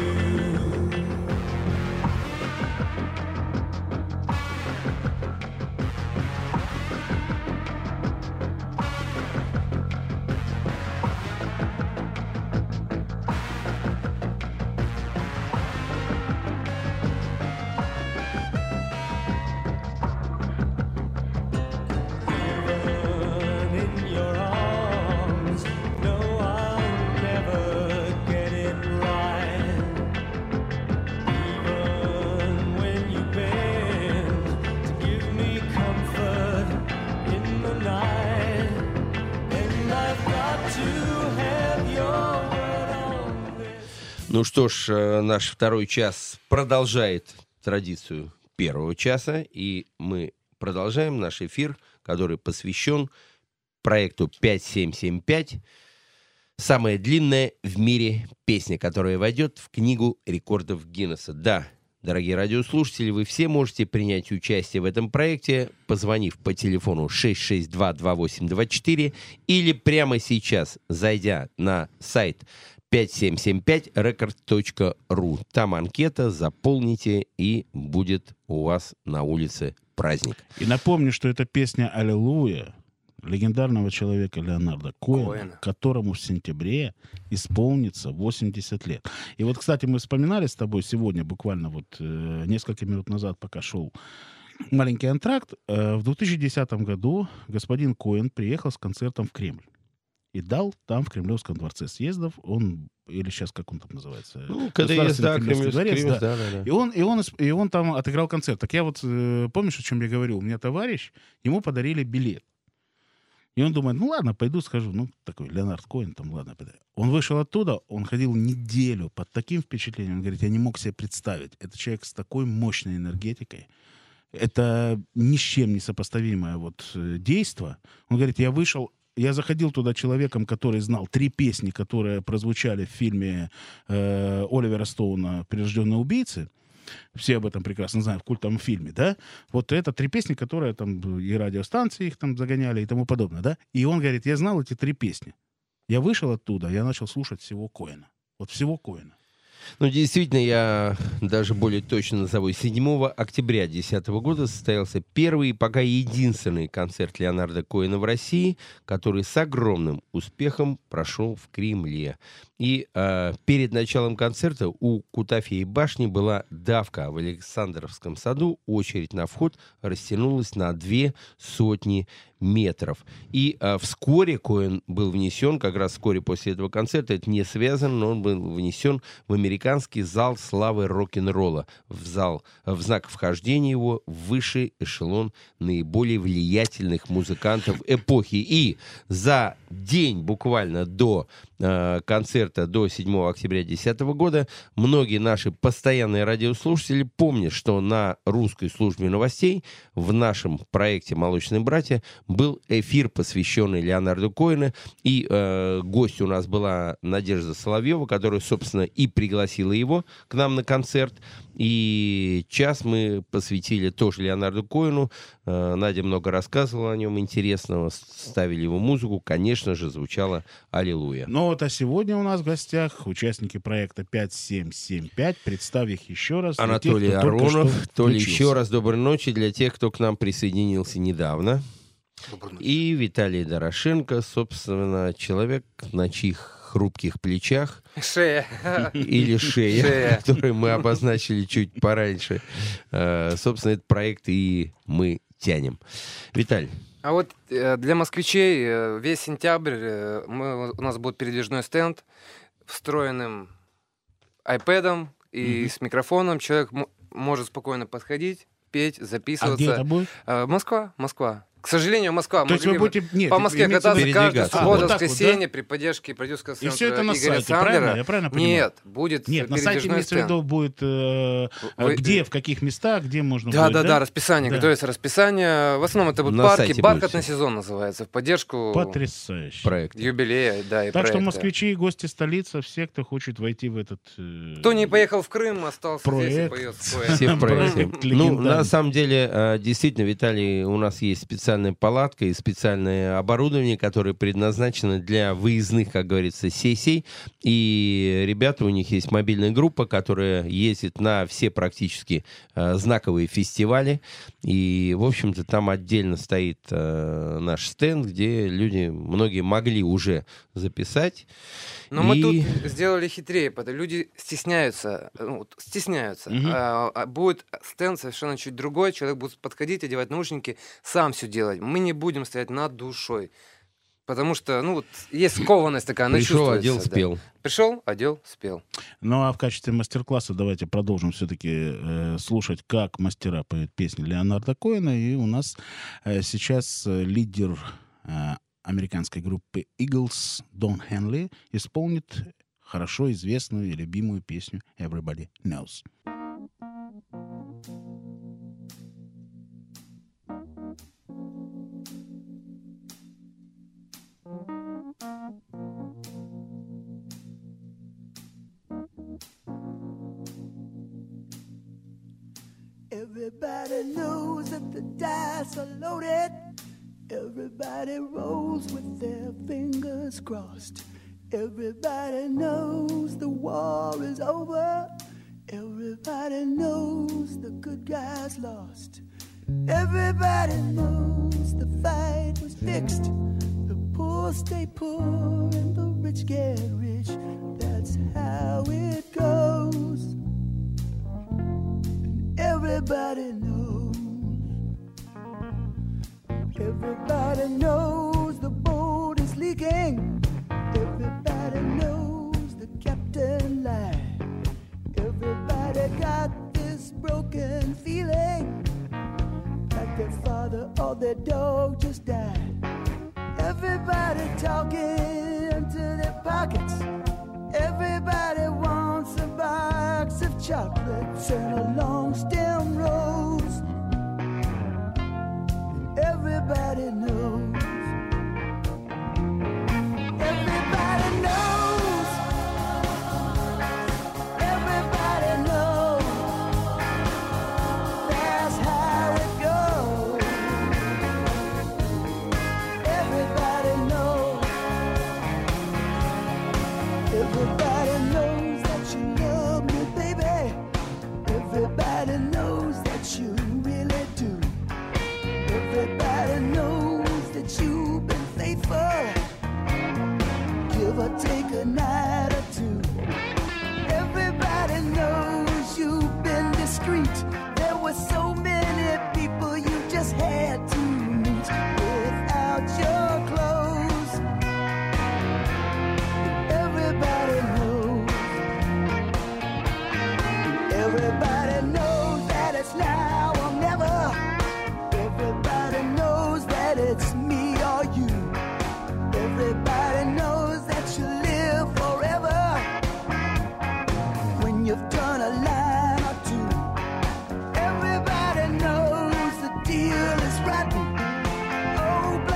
Even in your arms, no, I'll never get it right. Even when you bend to give me comfort in the night, and I've got to have your word on this. Ну что ж, э, наш второй час продолжает традицию первого часа, и мы продолжаем наш эфир, который посвящен проекту пять семь семь пять. Самая длинная в мире песня, которая войдет в книгу рекордов Гиннесса. Да, дорогие радиослушатели, вы все можете принять участие в этом проекте, позвонив по телефону шесть шесть два два восемь два четыре или прямо сейчас, зайдя на сайт пять семь семь пять рекорд точка ру. Там анкета, заполните, и будет у вас на улице праздник. И напомню, что это песня «Аллилуйя» легендарного человека Леонарда Коэна, Коэна. которому в сентябре исполнится восемьдесят лет. И вот, кстати, мы вспоминали с тобой сегодня, буквально вот э, несколько минут назад, пока шел маленький антракт, э, в две тысячи десятом году господин Коэн приехал с концертом в Кремль. И дал там, в Кремлевском дворце съездов, он, или сейчас как он там называется? Ну, когда есть, да, Кремлевский дворец, да. да, да, да. И он, и, он, и он там отыграл концерт. Так я вот, э, помнишь, о чем я говорил? У меня товарищ, ему подарили билет. И он думает, ну ладно, пойду схожу. Ну, такой Леонард Коэн, там, ладно, пойду. Он вышел оттуда, он ходил неделю под таким впечатлением. Он говорит, я не мог себе представить. Это человек с такой мощной энергетикой. Это ни с чем не сопоставимое вот действо. Он говорит, я вышел, я заходил туда человеком, который знал три песни, которые прозвучали в фильме э, Оливера Стоуна «Прирожденные убийцы». Все об этом прекрасно знают в культовом фильме, да? Вот это три песни, которые там и радиостанции их там загоняли и тому подобное, да? И он говорит, я знал эти три песни. Я вышел оттуда, я начал слушать всего Коэна. Вот всего Коэна. Ну, действительно, я даже более точно назову. седьмого октября две тысячи десятого года состоялся первый и пока единственный концерт Леонарда Коэна в России, который с огромным успехом прошел в Кремле. И э, перед началом концерта у Кутафьей башни была давка, а в Александровском саду очередь на вход растянулась на две сотни метров. И э, вскоре Коэн был внесен, как раз вскоре после этого концерта, это не связано, но он был внесен в американский зал славы рок-н-ролла, в зал, в знак вхождения его в высший эшелон наиболее влиятельных музыкантов эпохи. И за день буквально до э, концерта, до седьмого октября две тысячи десятого года, многие наши постоянные радиослушатели помнят, что на русской службе новостей в нашем проекте «Молочные братья» был эфир, посвященный Леонарду Коэну, и э, гость у нас была Надежда Соловьева, которая, собственно, и пригласила его к нам на концерт. И час мы посвятили тоже Леонарду Коэну. Э, Надя много рассказывала о нем интересного, ставили его музыку, конечно же, звучала «Аллилуйя». Ну вот, а сегодня у нас в гостях участники проекта пять семь семь пять. Представь их еще раз. Анатолий тех, Аронов. Толя, еще раз доброй ночи для тех, кто к нам присоединился недавно. И Виталий Дорошенко, собственно, человек, на чьих хрупких плечах Шея. или шея, Шея. который мы обозначили чуть пораньше. Э, Собственно, этот проект и мы тянем. Виталь. А вот э, для москвичей э, весь сентябрь э, мы, у нас будет передвижной стенд, встроенным айпэдом и Мгм. с микрофоном. Человек м- может спокойно подходить, петь, А записываться. где это будет? Э, Москва, Москва. К сожалению, Москва. То есть вы Могли бы будете... Нет, по Москве имеется в кататься виду- каждую передвигаться. А, субботу, вот так вот, воскресенье при поддержке продюсерского И центра все это на Игоря сайте, Сандлера. правильно? Я правильно понимаю? Нет, будет Нет, на сайте передвижной имеется в стенд. виду будет э, Вы- где, в каких местах, где можно Да, будет, да, да, расписание, Да. готовится расписание. В основном это будут На парки, сайте бархатный будет сезон называется, в поддержку Потрясающе. Проект. юбилея, да, и Так что проекта. москвичи и гости столицы, все, кто хочет войти в этот... э, Кто не поехал в Крым, остался здесь и Проект. поет Все в проекте. Проект Ну, легендарный. на самом деле, э, действительно, Виталий, у нас есть специальная палатка и специальное оборудование, которое предназначено для выездных, как говорится, сессий. И ребята, у них есть мобильная группа, которая ездит на все практически э, знаковые фестивали. И, в общем-то, там отдельно стоит э, наш стенд, где люди, многие могли уже записать. Но мы И- тут сделали хитрее, потому что люди стесняются, ну, вот стесняются. Мгм. А, а будет стенд совершенно чуть другой, человек будет подходить, одевать наушники, сам все делать. Мы не будем стоять над душой. Потому что, ну, вот есть скованность такая, она Пришел, чувствуется, одел, да. спел. Пришел, одел, спел. Ну а в качестве мастер-класса давайте продолжим все-таки э, слушать, как мастера поют песни Леонарда Коэна. И у нас э, сейчас э, лидер э, американской группы Eagles Дон Хенли исполнит хорошо известную и любимую песню Everybody Knows. Everybody knows that the dice are loaded. Everybody rolls with their fingers crossed. Everybody knows the war is over. Everybody knows the good guys lost. Everybody knows the fight was fixed. The poor stay poor and the rich get rich. That's how it goes. And everybody knows. Everybody knows the boat is leaking. Everybody knows the captain lied. Everybody got this broken feeling, like their father or their dog just died. Everybody talking to their pockets. Everybody wants a box of chocolates and a long stem rose. Everybody knows. Everybody knows. Everybody knows. That's how it goes. Everybody knows. Everybody knows that you love me, baby. Everybody knows that you really do. Everybody knows that you've been faithful. Give or take a night or two. Everybody knows you've been discreet. There were so many people you just had to meet without your clothes. Everybody knows. Everybody knows that it's now or never. Everybody knows that it's me or you. Everybody knows that you live forever when you've done a line or two. Everybody knows the deal is rotten. Oh,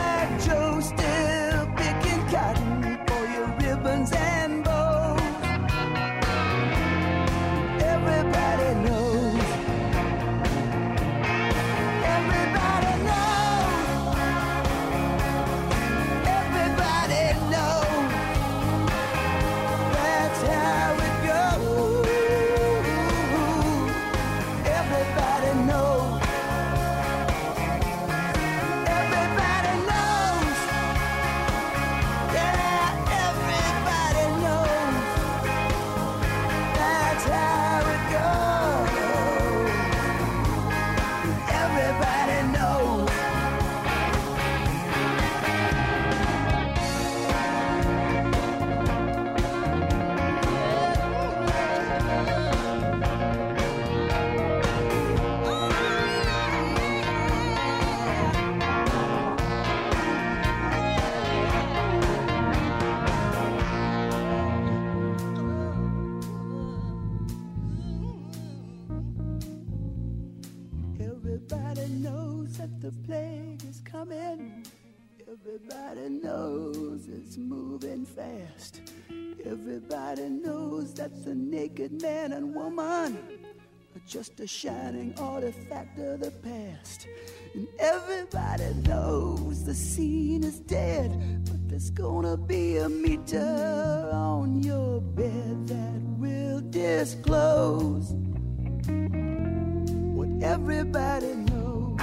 the plague is coming. Everybody knows it's moving fast. Everybody knows that the naked man and woman are just a shining artifact of the past. And everybody knows the scene is dead, but there's gonna be a meter on your bed that will disclose what everybody knows.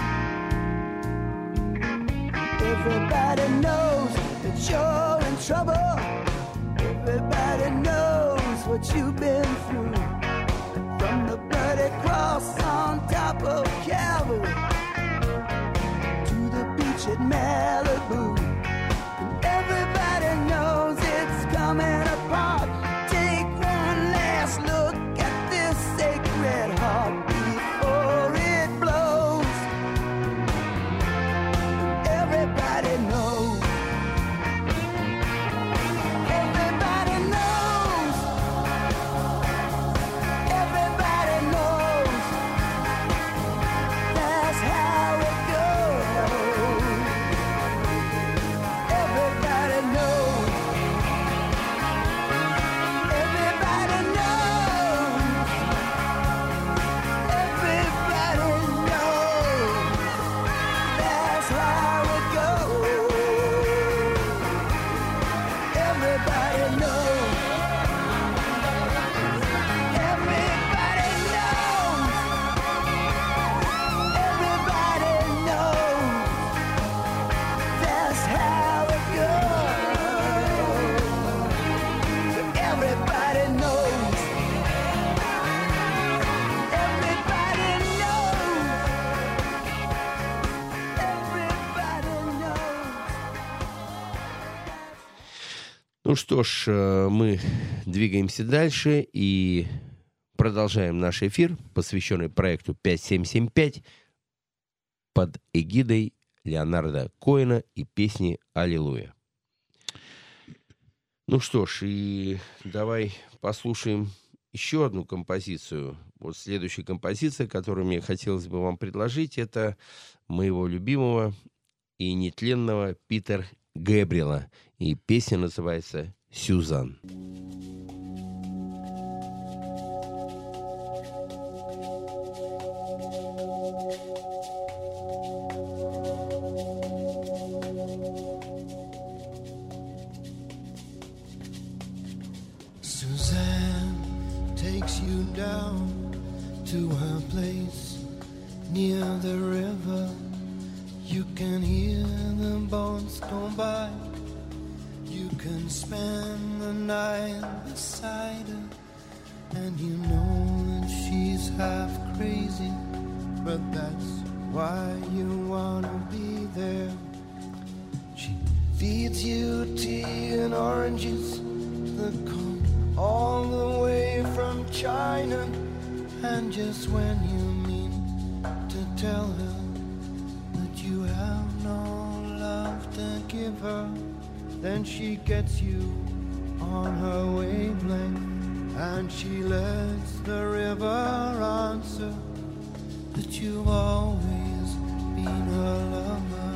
Everybody knows that you're in trouble. Everybody knows what you've been through. From the bloody cross on top of Calvary to the beach at Malibu. And everybody knows it's coming apart. Take one last look at this sacred heart before it blows. Everybody knows. Everybody knows. Everybody knows. That's how it goes. Everybody knows. Everybody knows. Everybody knows. That's how it goes. Everybody knows. Everybody knows. Everybody knows. That's how it goes. Everybody knows. Everybody knows. Everybody knows. Ну что ж, э, мы двигаемся дальше и продолжаем наш эфир, посвященный проекту пять семь семь пять под эгидой Леонарда Коэна и песни «Аллилуйя». Ну что ж, и давай послушаем еще одну композицию. Вот следующая композиция, которую мне хотелось бы вам предложить, это моего любимого и нетленного Питера Гэбриэла. И песня называется «Сюзан». Suzanne takes you down to her place near the river. You can hear the boats go by. You can spend the night beside her, and you know that she's half crazy, but that's why you wanna be there. She feeds you tea and oranges that come all the way from China, and just when you mean to tell her that you have no love to give her, then she gets you on her wavelength, and she lets the river answer that you've always been her lover.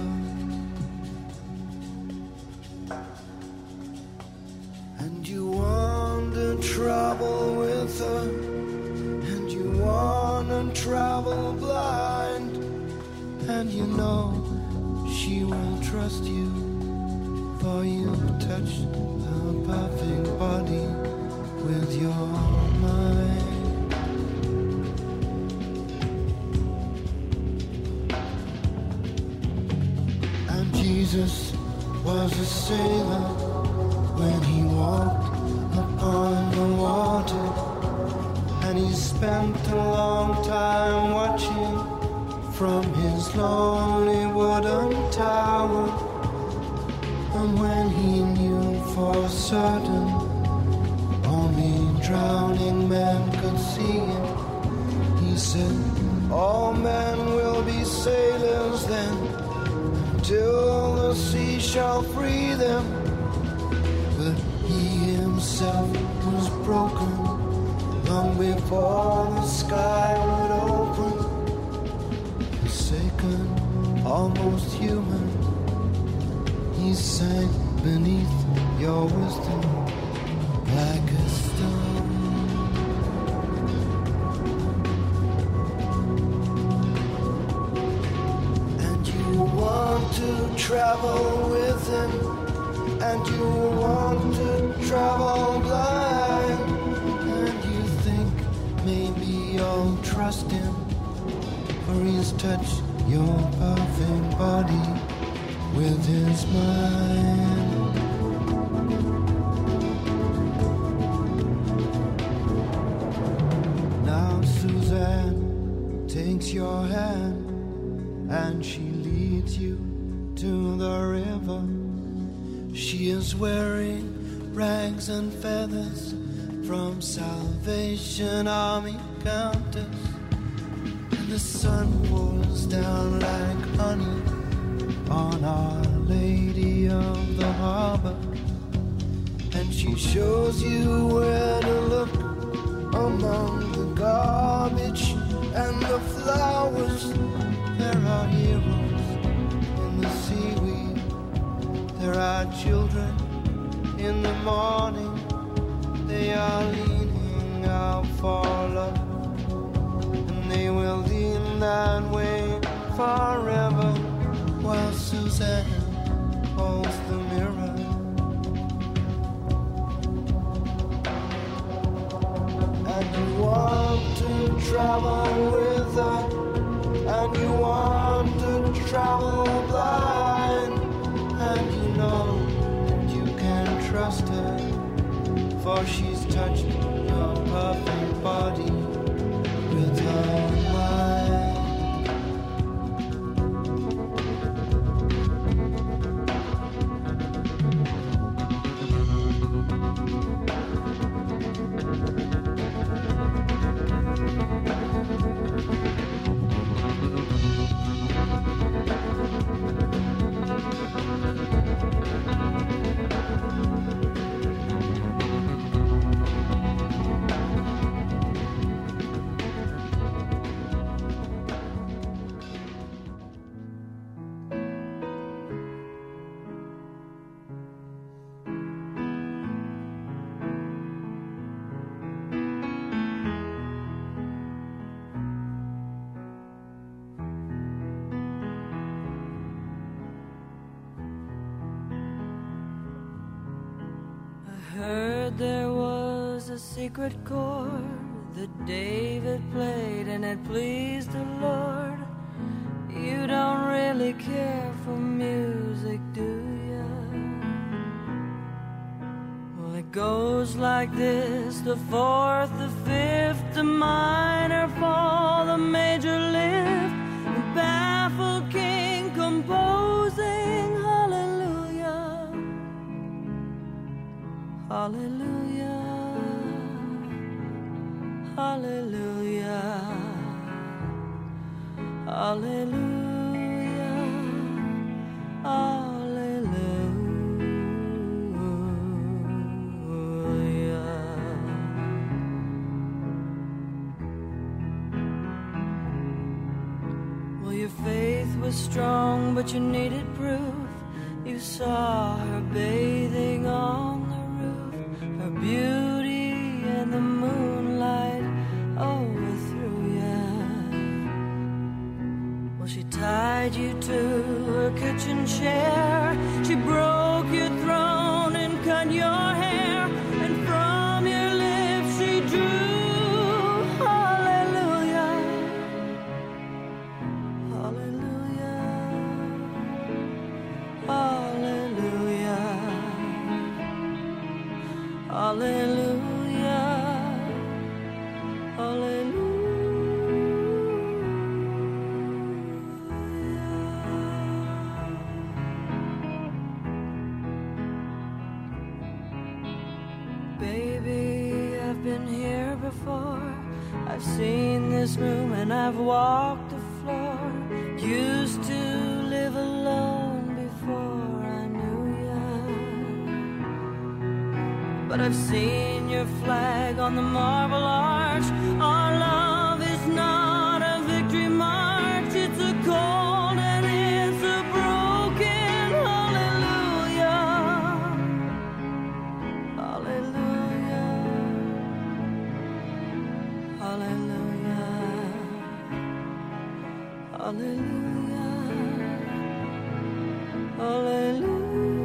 And you want to travel with her, and you want to travel blind, and you know she will trust you, for you've touched her perfect body with your mind. And Jesus was a sailor when he walked upon the water, and he spent a long time watching from his lonely wooden tower. And when he knew for certain only drowning men could see him, he said, all men will be sailors then, until the sea shall free them. But he himself was broken long before the sky would open, forsaken almost human. He sank beneath your wisdom like a stone. And you want to travel with him, and you want to travel blind, and you think maybe you'll trust him, for he's touched your perfect body with his mind. Now Suzanne takes your hand and she leads you to the river. She is wearing rags and feathers from Salvation Army counters, and the sun pours down like honey on Our Lady of the Harbor, and she shows you where to look among the garbage and the flowers. There are heroes in the seaweed, there are children in the morning. They are leaning out for love, and they will lean that way forever, while Suzanne holds the mirror. And you want to travel with her, and you want to travel blind, and you know that you can trust her, for she's touched your perfect body with her mind. There was a secret chord that David played, and it pleased the Lord. You don't really care for music, do ya? Well, it goes like this: the fourth, the fifth, the minor fall, the major lift, the baffled king composing hallelujah, hallelujah, hallelujah, hallelujah, hallelujah. Well, your faith was strong, but you needed proof. You saw her bathing on the roof, her beauty and the moonlight overthrew ya. Well, she tied you to her kitchen chair, she broke your throne and cut your hair, and from your lips she drew hallelujah, hallelujah, hallelujah, hallelujah, hallelujah. Baby, I've been here before. I've seen this room and I've walked the floor. Used to live alone before I knew ya, but I've seen your flag on the marble arch. Our love is not a victory march, it's a cold and hallelujah, hallelujah, hallelujah.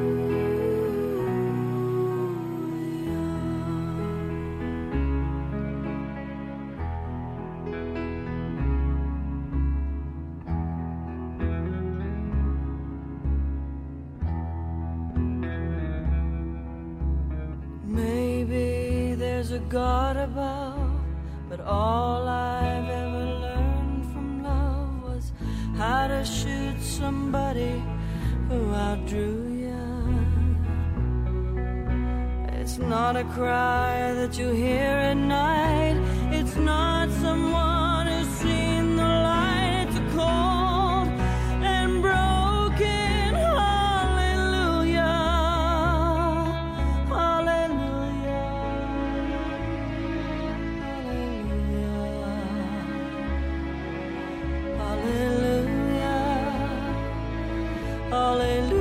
Maybe there's a God above, but all I've ever learned from love was how to shoot somebody who outdrew you. It's not a cry that you hear at night. It's not someone who's seen the light. It's a cold and broken hallelujah, hallelujah, hallelujah, hallelujah.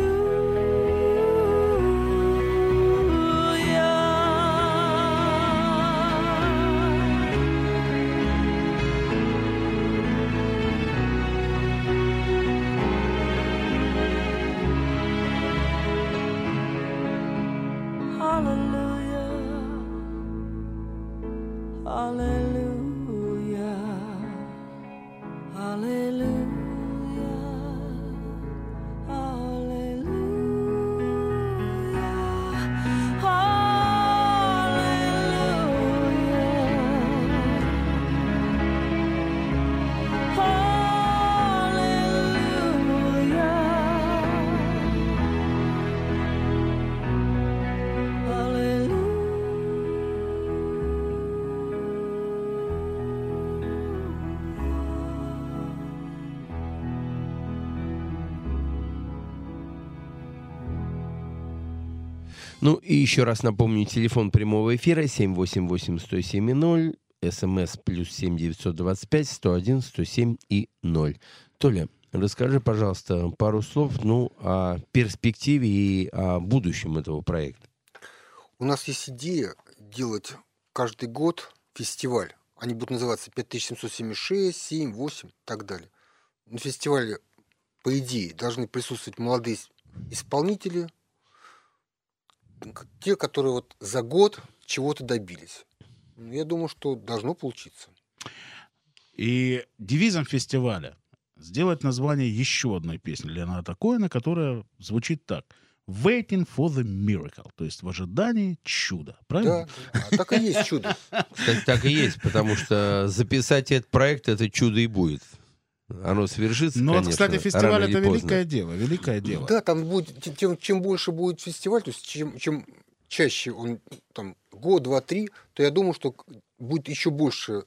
Hallelujah, hallelujah, hallelujah, Ну и еще раз напомню, телефон прямого эфира семь восемь восемь сто семь ноль, смс плюс семь девятьсот двадцать пять сто один сто семь и ноль. Толя, расскажи, пожалуйста, пару слов ну, о перспективе и о будущем этого проекта. У нас есть идея делать каждый год фестиваль. Они будут называться пять тысяч семьсот семьдесят шесть, семь, восемь и так далее. На фестивале, по идее, должны присутствовать молодые исполнители, те, которые вот за год чего-то добились. Я думаю, что должно получиться. И девизом фестиваля сделать название еще одной песни Леонарда Коэна, которая звучит так: Waiting for the miracle, то есть в ожидании чуда. Правильно? Да, а так и есть чудо. Кстати, так и есть, потому что записать этот проект, это чудо и будет. Оно свершится, Но, конечно, кстати, фестиваль — это поздно. великое дело, великое дело. Да, там будет, тем, чем больше будет фестиваль, то есть чем, чем чаще он там год, два, три, то я думаю, что будет еще больше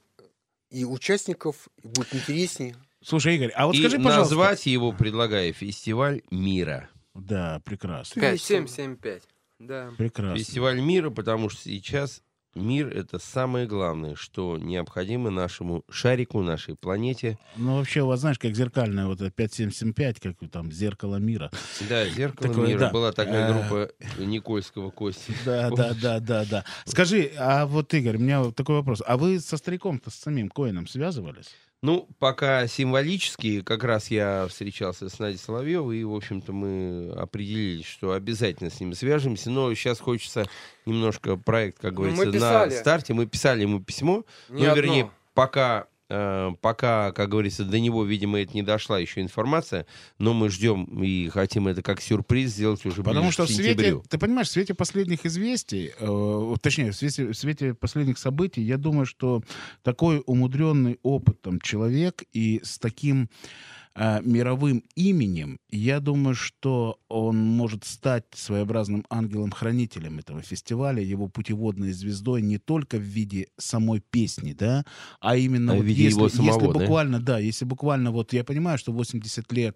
и участников, и будет интереснее. Слушай, Игорь, а вот и скажи, пожалуйста... назвать его, предлагаю, «Фестиваль мира». Да, прекрасно. пять семь семь пять. Да. Прекрасно. Фестиваль мира, потому что сейчас мир — это самое главное, что необходимо нашему шарику, нашей планете. Ну, вообще, вот знаешь, как зеркальная вот пять семь семь пять, как там «Зеркало мира». Да, «Зеркало Такое, мира». да. Была такая А, группа Никольского, Кости. Да, да, да, да, да. Скажи, а вот, Игорь, у меня вот такой вопрос. А вы со стариком-то, с самим Коэном связывались? Ну, пока символически, как раз я встречался с Надей Соловьевой, и, в общем-то, мы определились, что обязательно с ним свяжемся, но сейчас хочется немножко проект, как говорится, Мы на писали. старте. Мы писали ему письмо, Не ну, вернее, одно. пока, э, пока, как говорится, до него, видимо, это не дошла еще информация, но мы ждем и хотим это как сюрприз сделать уже Потому ближе что к в свете, сентябрю. ты понимаешь, в свете последних известий, э, точнее, в свете, в свете последних событий, я думаю, что такой умудренный опытом человек и с таким э, мировым именем, я думаю, что он может стать своеобразным ангелом-хранителем этого фестиваля, его путеводной звездой не только в виде самой песни, да, а именно А в вот виде если, его самого, если да? буквально, да, если буквально, вот я понимаю, что восемьдесят лет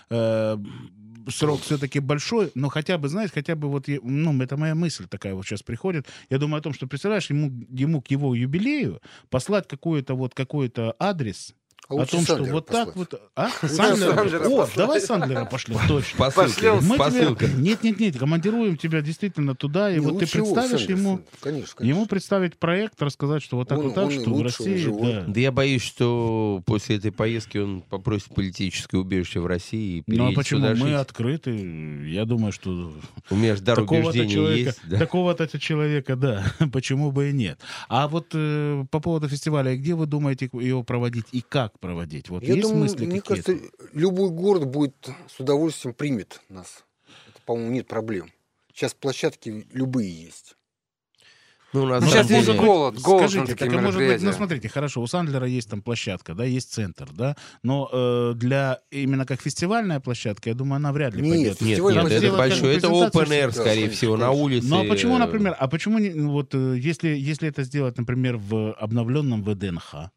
э, срок все-таки большой, но хотя бы, знаешь, хотя бы вот, я- ну, это моя мысль такая вот сейчас приходит. Я думаю о том, что, представляешь, ему, ему к его юбилею послать какой-то вот какой-то адрес, о том, что вот так вот... А? Сандлера? О, давай Сандлера пошлем, точно. Пошлем. Нет, нет, нет, командируем тебя действительно туда, и вот ты представишь ему... Ему представить проект, рассказать, что вот так вот так, что в России... Да я боюсь, что после этой поездки он попросит политическое убежище в России и переедет. Ну а почему? Мы жить. Открыты. Я думаю, что... У меня же дар убеждения человека, есть. Да? Такого-то человека, да. Почему бы и нет. А вот э, по поводу фестиваля, где вы думаете его проводить и как проводить? Вот Я есть думаю, мысли мне какие-то? кажется, любой город будет с удовольствием примет нас. Это, по-моему, нет проблем. Сейчас площадки любые есть. Ну, у нас ну, сейчас деле... есть голод, голод. Скажите, так, а может быть, ну смотрите, хорошо, у Сандлера есть там площадка, да, есть центр, да, но э, для именно как фестивальная площадка, я думаю, она вряд ли нет, пойдет. Нет, нет, это большой, это open air, скорее да, всего, на улице. Ну а почему, например, а почему не, вот если если это сделать, например, в обновленном ВДНХ?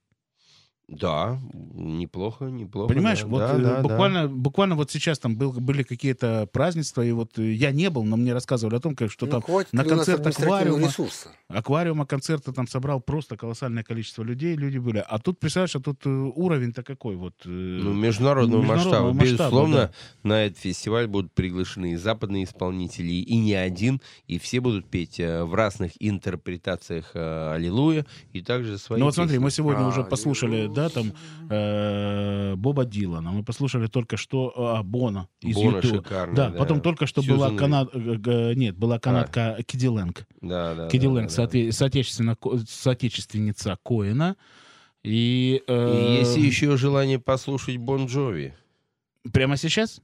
Да, неплохо, неплохо. Понимаешь, да, вот да, да, буквально, да. буквально вот сейчас там был, были какие-то празднества, и вот я не был, но мне рассказывали о том, как что ну, там на концерт аквариума, аквариума концерта там собрал просто колоссальное количество людей, люди были. А тут, представляешь, а тут уровень-то какой вот? Ну, международного, международного масштаба. масштаба. Безусловно, да. На этот фестиваль будут приглашены и западные исполнители, и не один, и все будут петь в разных интерпретациях «Аллилуйя», и также свои Ну вот смотри, песни. мы сегодня а, уже послушали, да, там э, Боба Дилана, мы послушали только что а, Бона из Бона Ютуба. шикарный, да, да. Потом только что Сьюзан была канад... э, нет, была канадка а. Киди Лэнг. Да, да, Киди да, Лэнг, да, соотве... да. соотечественно... соотечественница Коэна. И, э... и есть еще желание послушать Бон Джови. Прямо сейчас?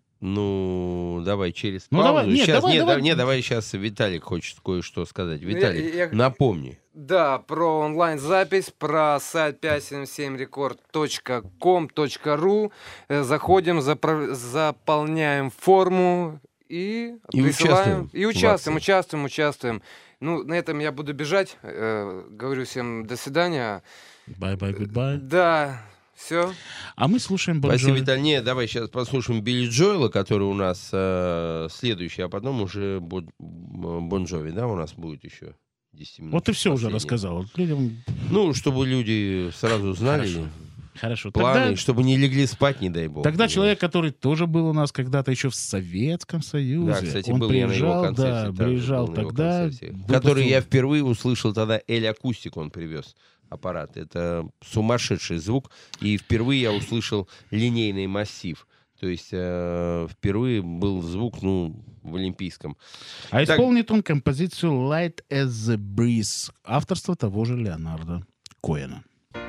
Ну, давай через ну, паузу. Давай, нет, сейчас, давай, нет, давай. нет, давай сейчас Виталик хочет кое-что сказать. Виталик, я, я... напомни. Да, про онлайн-запись, про сайт пять семь семь рекорд точка ком точка ру. Заходим, запро... заполняем форму и, и присылаем. Участвуем и участвуем, участвуем, участвуем. Ну, на этом я буду бежать. Э, говорю всем до свидания. Bye-bye, goodbye. Да. Все. А мы слушаем Бон Джови. Спасибо, Виталий. Нет, давай сейчас послушаем Билли Джоэла, который у нас э, следующий, а потом уже Бон Джови, да, у нас будет еще десять минут. Вот ты все уже рассказал. Вот людям... Ну, чтобы люди сразу знали Хорошо. Хорошо. планы, Тогда... чтобы не легли спать, не дай бог. Тогда человек, который тоже был у нас когда-то еще в Советском Союзе, да, кстати, он был приезжал, я на его концерте, да, приезжал тогда, выпустил... который я впервые услышал тогда, Эль Акустик он привез. Аппарат. Это сумасшедший звук. И впервые я услышал линейный массив. То есть э, впервые был звук, ну, в олимпийском. А так... исполнит он композицию Light as the Breeze, авторство того же Леонарда Коэна.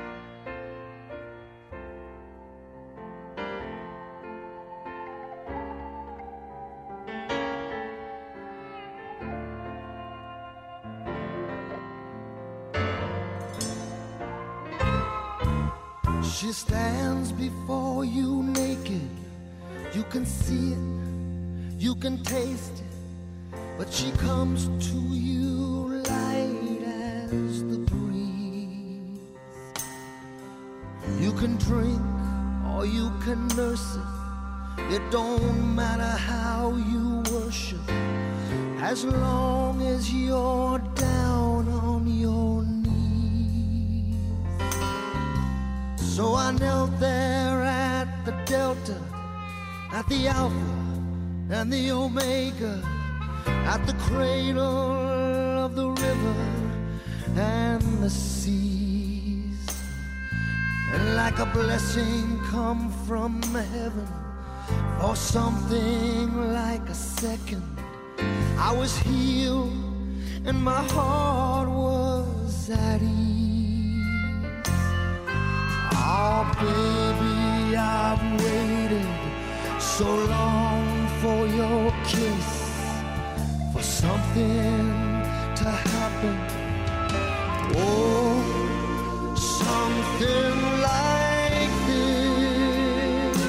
She stands before you naked. You can see it, you can taste it, but she comes to you light as the breeze. You can drink or you can nurse it. It don't matter how you worship, as long as you're down on your knees. So I knelt there at the Delta, at the Alpha and the Omega, at the cradle of the river and the seas. And like a blessing come from heaven, for something like a second, I was healed and my heart was at ease. Oh, baby, I've waited so long for your kiss, for something to happen. Oh, something like this.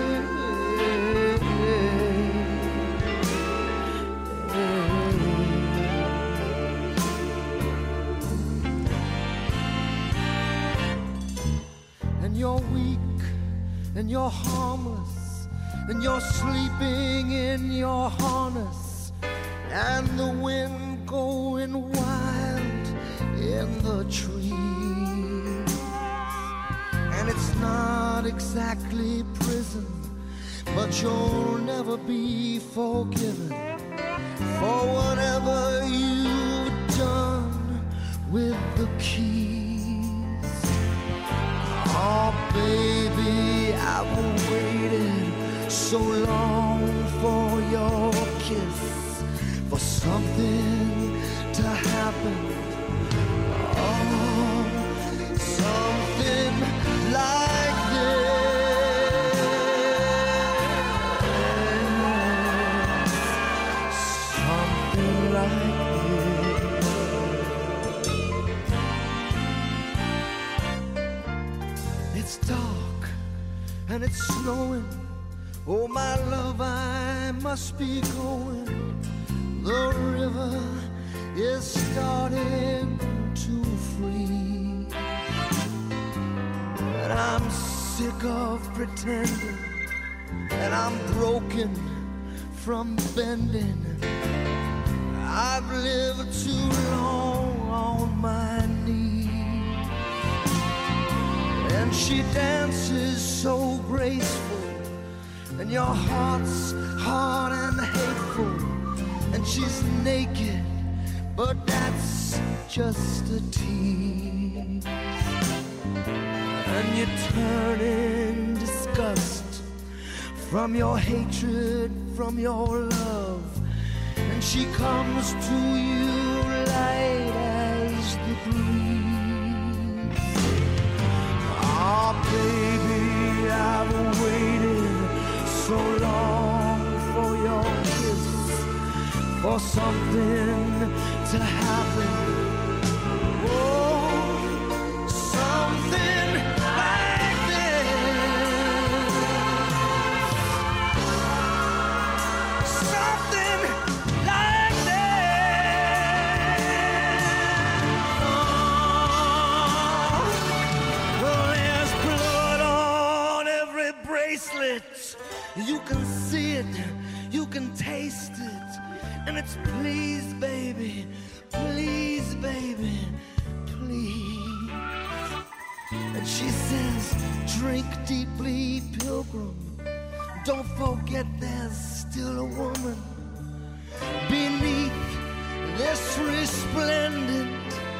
And you're weak and you're harmless, and you're sleeping in your harness, and the wind going wild in the trees. And it's not not exactly prison, but you'll never be forgiven for whatever you've done with the keys. Oh, baby, I've waited so long for your kiss, for something to happen. Oh, something like this, something like this. It's dark and it's snowing. Oh, my love, I must be going. The river is starting to freeze, and I'm sick of pretending, and I'm broken from bending. I've lived too long on my knees, and she dances so graceful, and your heart's hard and hateful, and she's naked, but that's just a tease. And you turn in disgust from your hatred, from your love, and she comes to you light as the breeze. Ah, baby, I've waited so long for your kiss, for something to happen. Oh, something like this, something like this. Oh, well, there's blood on every bracelet. You can see it, you can taste it, and it's please, baby, please, baby, please. And she says, drink deeply, pilgrim. Don't forget there's still a woman beneath this resplendent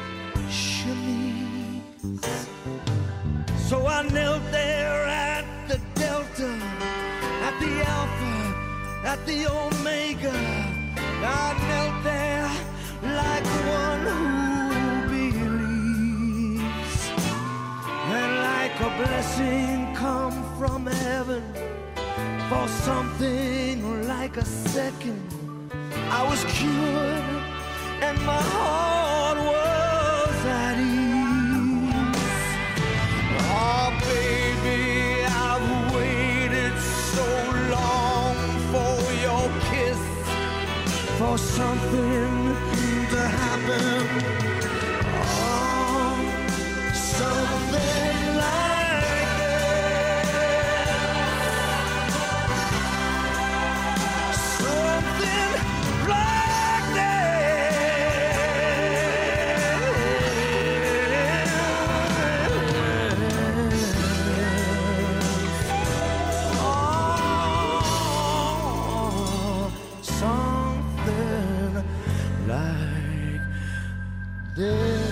chemise. So I knelt there at the Delta, at the Alpha, at the Omega. I knelt there like one who believes, and like a blessing come from heaven, for something like a second I was cured, and my heart was at ease. Oh, baby, I've waited so long for your kiss, for something to happen. Oh, something like this, something like this. Oh, something like this.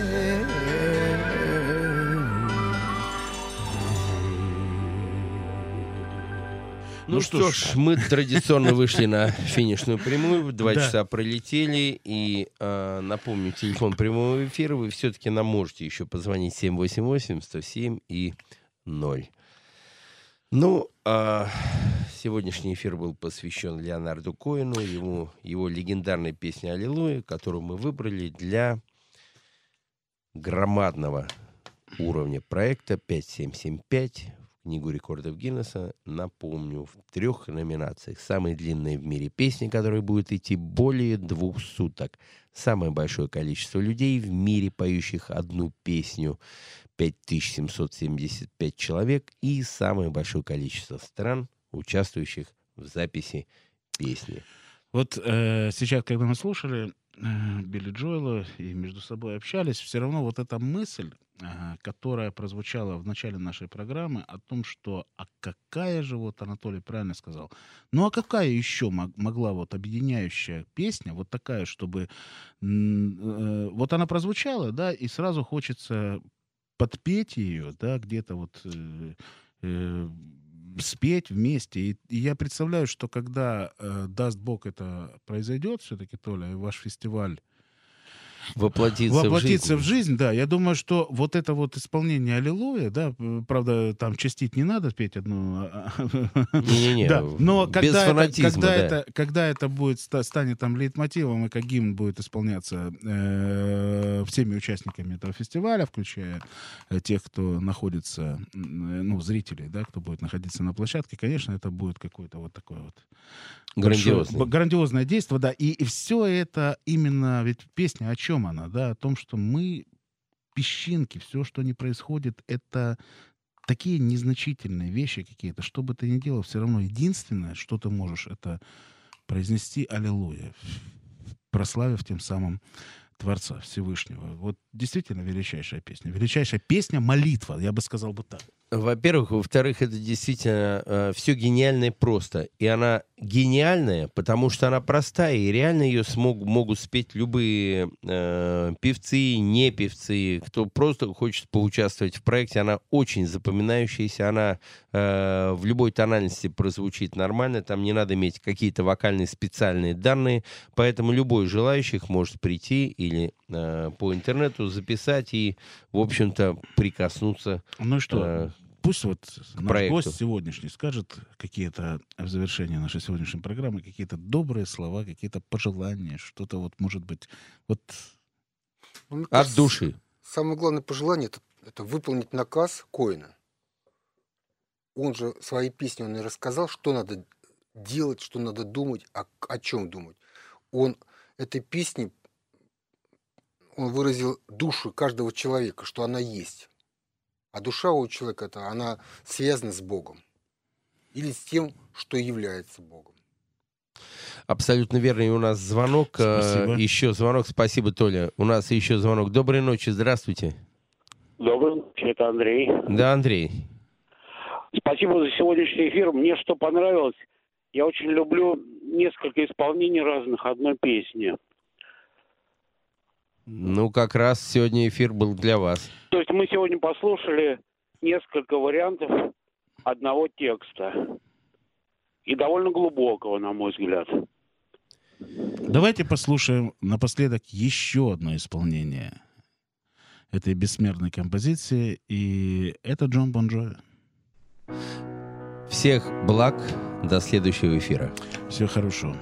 Ну, ну что ж, мы традиционно вышли на финишную прямую, два да. часа пролетели, и э, напомню, телефон прямого эфира, вы все-таки нам можете еще позвонить семь восемь восемь сто семь и ноль. Ну, э, сегодняшний эфир был посвящен Леонарду Коэну, ему, его легендарной песне «Аллилуйя», которую мы выбрали для громадного уровня проекта пять семь семь пять. Книгу рекордов Гиннесса, напомню, в трех номинациях. Самые длинные в мире песни, которые будут идти более двух суток. Самое большое количество людей в мире, поющих одну песню, пять тысяч семьсот семьдесят пять человек. И самое большое количество стран, участвующих в записи песни. Вот э, сейчас, когда мы слушали э, Билли Джоэла и между собой общались, все равно вот эта мысль, которая прозвучала в начале нашей программы о том, что а какая же, вот Анатолий правильно сказал, ну а какая еще могла вот объединяющая песня, вот такая, чтобы вот она прозвучала, да, и сразу хочется подпеть ее, да, где-то вот э, э, спеть вместе. И, и я представляю, что когда, э, даст Бог, это произойдет все-таки, Толя, и ваш фестиваль Воплотиться, воплотиться в, в жизнь. жизнь, да. Я думаю, что вот это вот исполнение «Аллилуйя», да, правда, там частить не надо, петь одну... Не-не-не, да, но когда, без это, фанатизма, когда, да. это, когда это будет, станет там лейтмотивом, и как гимн будет исполняться э, всеми участниками этого фестиваля, включая э, тех, кто находится, э, ну, зрителей, да, кто будет находиться на площадке, конечно, это будет какое-то вот такое вот... Грандиозное. Большое, грандиозное действие, да. И, и все это именно, ведь песня о чем она, да, о том, что мы песчинки, все, что не происходит, это такие незначительные вещи какие-то. Что бы ты ни делал, все равно единственное, что ты можешь, это произнести «Аллилуйя», прославив тем самым Творца Всевышнего. Вот действительно величайшая песня. Величайшая песня — молитва, я бы сказал бы так. Во-первых. Во-вторых, это действительно э, все гениально и просто. И она гениальная, потому что она простая, и реально ее смог, могут спеть любые э, певцы, не певцы, кто просто хочет поучаствовать в проекте. Она очень запоминающаяся, она э, в любой тональности прозвучит нормально, там не надо иметь какие-то вокальные специальные данные, поэтому любой желающий может прийти или э, по интернету записать и, в общем-то, прикоснуться. Ну что, э, пусть вот наш проекту. гость сегодняшний скажет какие-то в завершении нашей сегодняшней программы, какие-то добрые слова, какие-то пожелания, что-то вот, может быть, вот... Ну, от кажется, души. Самое главное пожелание это, — это выполнить наказ Коэна. Он же в своей песне он и рассказал, что надо делать, что надо думать, о, о чем думать. Он этой песней он выразил душу каждого человека, что она есть. А душа у человека, это, она связана с Богом. Или с тем, что является Богом. Абсолютно верно. И у нас звонок. Спасибо. Еще звонок. Спасибо, Толя. У нас еще звонок. Доброй ночи. Здравствуйте. Доброй ночи, это Андрей. Да, Андрей. Спасибо за сегодняшний эфир. Мне что понравилось, я очень люблю несколько исполнений разных одной песни. Ну, как раз сегодня эфир был для вас. То есть мы сегодня послушали несколько вариантов одного текста. И довольно глубокого, на мой взгляд. Давайте послушаем напоследок еще одно исполнение этой бессмертной композиции. И это Джон Бон Джови. Всех благ. До следующего эфира. Всего хорошего.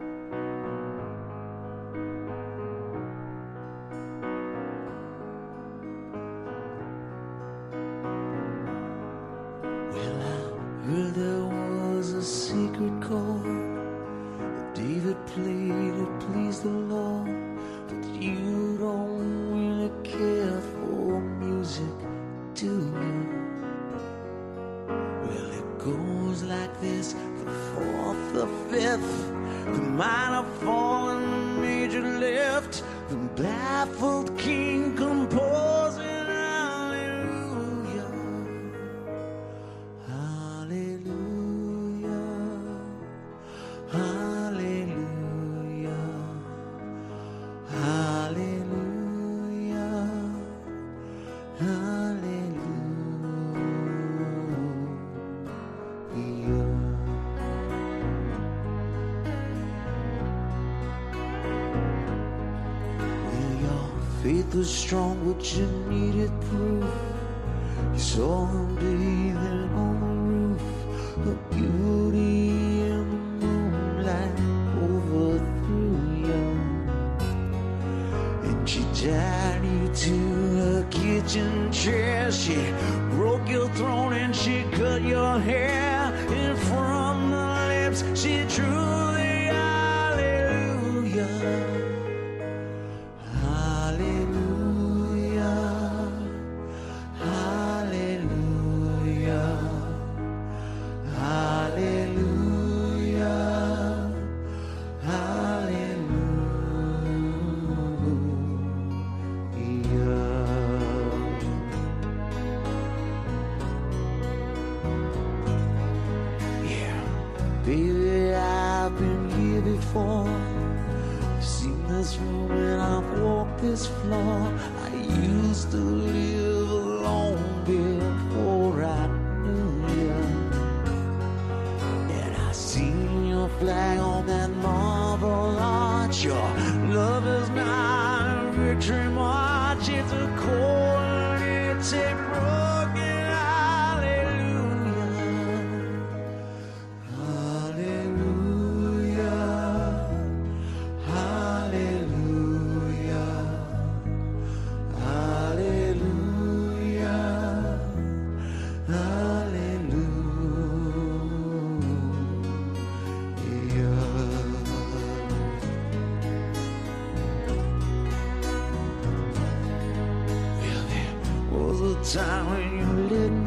Heard there was a secret chord that David played, it pleased the Lord. But you don't really care for music, do you? Well, it goes like this: the fourth, the fifth, the minor fall and the major lift, the baffled king composing. Faith was strong, but you needed proof. You saw him bathing on the roof. Her beauty in the moonlight overthrew you. And she tied you to her kitchen chair. She broke your throne and she cut your hair. And from the lips she drew the hallelujah. Baby, I've been here before. I've seen this room and I've walked this floor. I used to live alone before I knew you. And I seen your flag on that marble arch. Your love is not a victory march. It's a cold, it's a broken hallelujah. Hallelujah. Hallelujah. Hallelujah. Hallelujah. Well, there was a time when you lit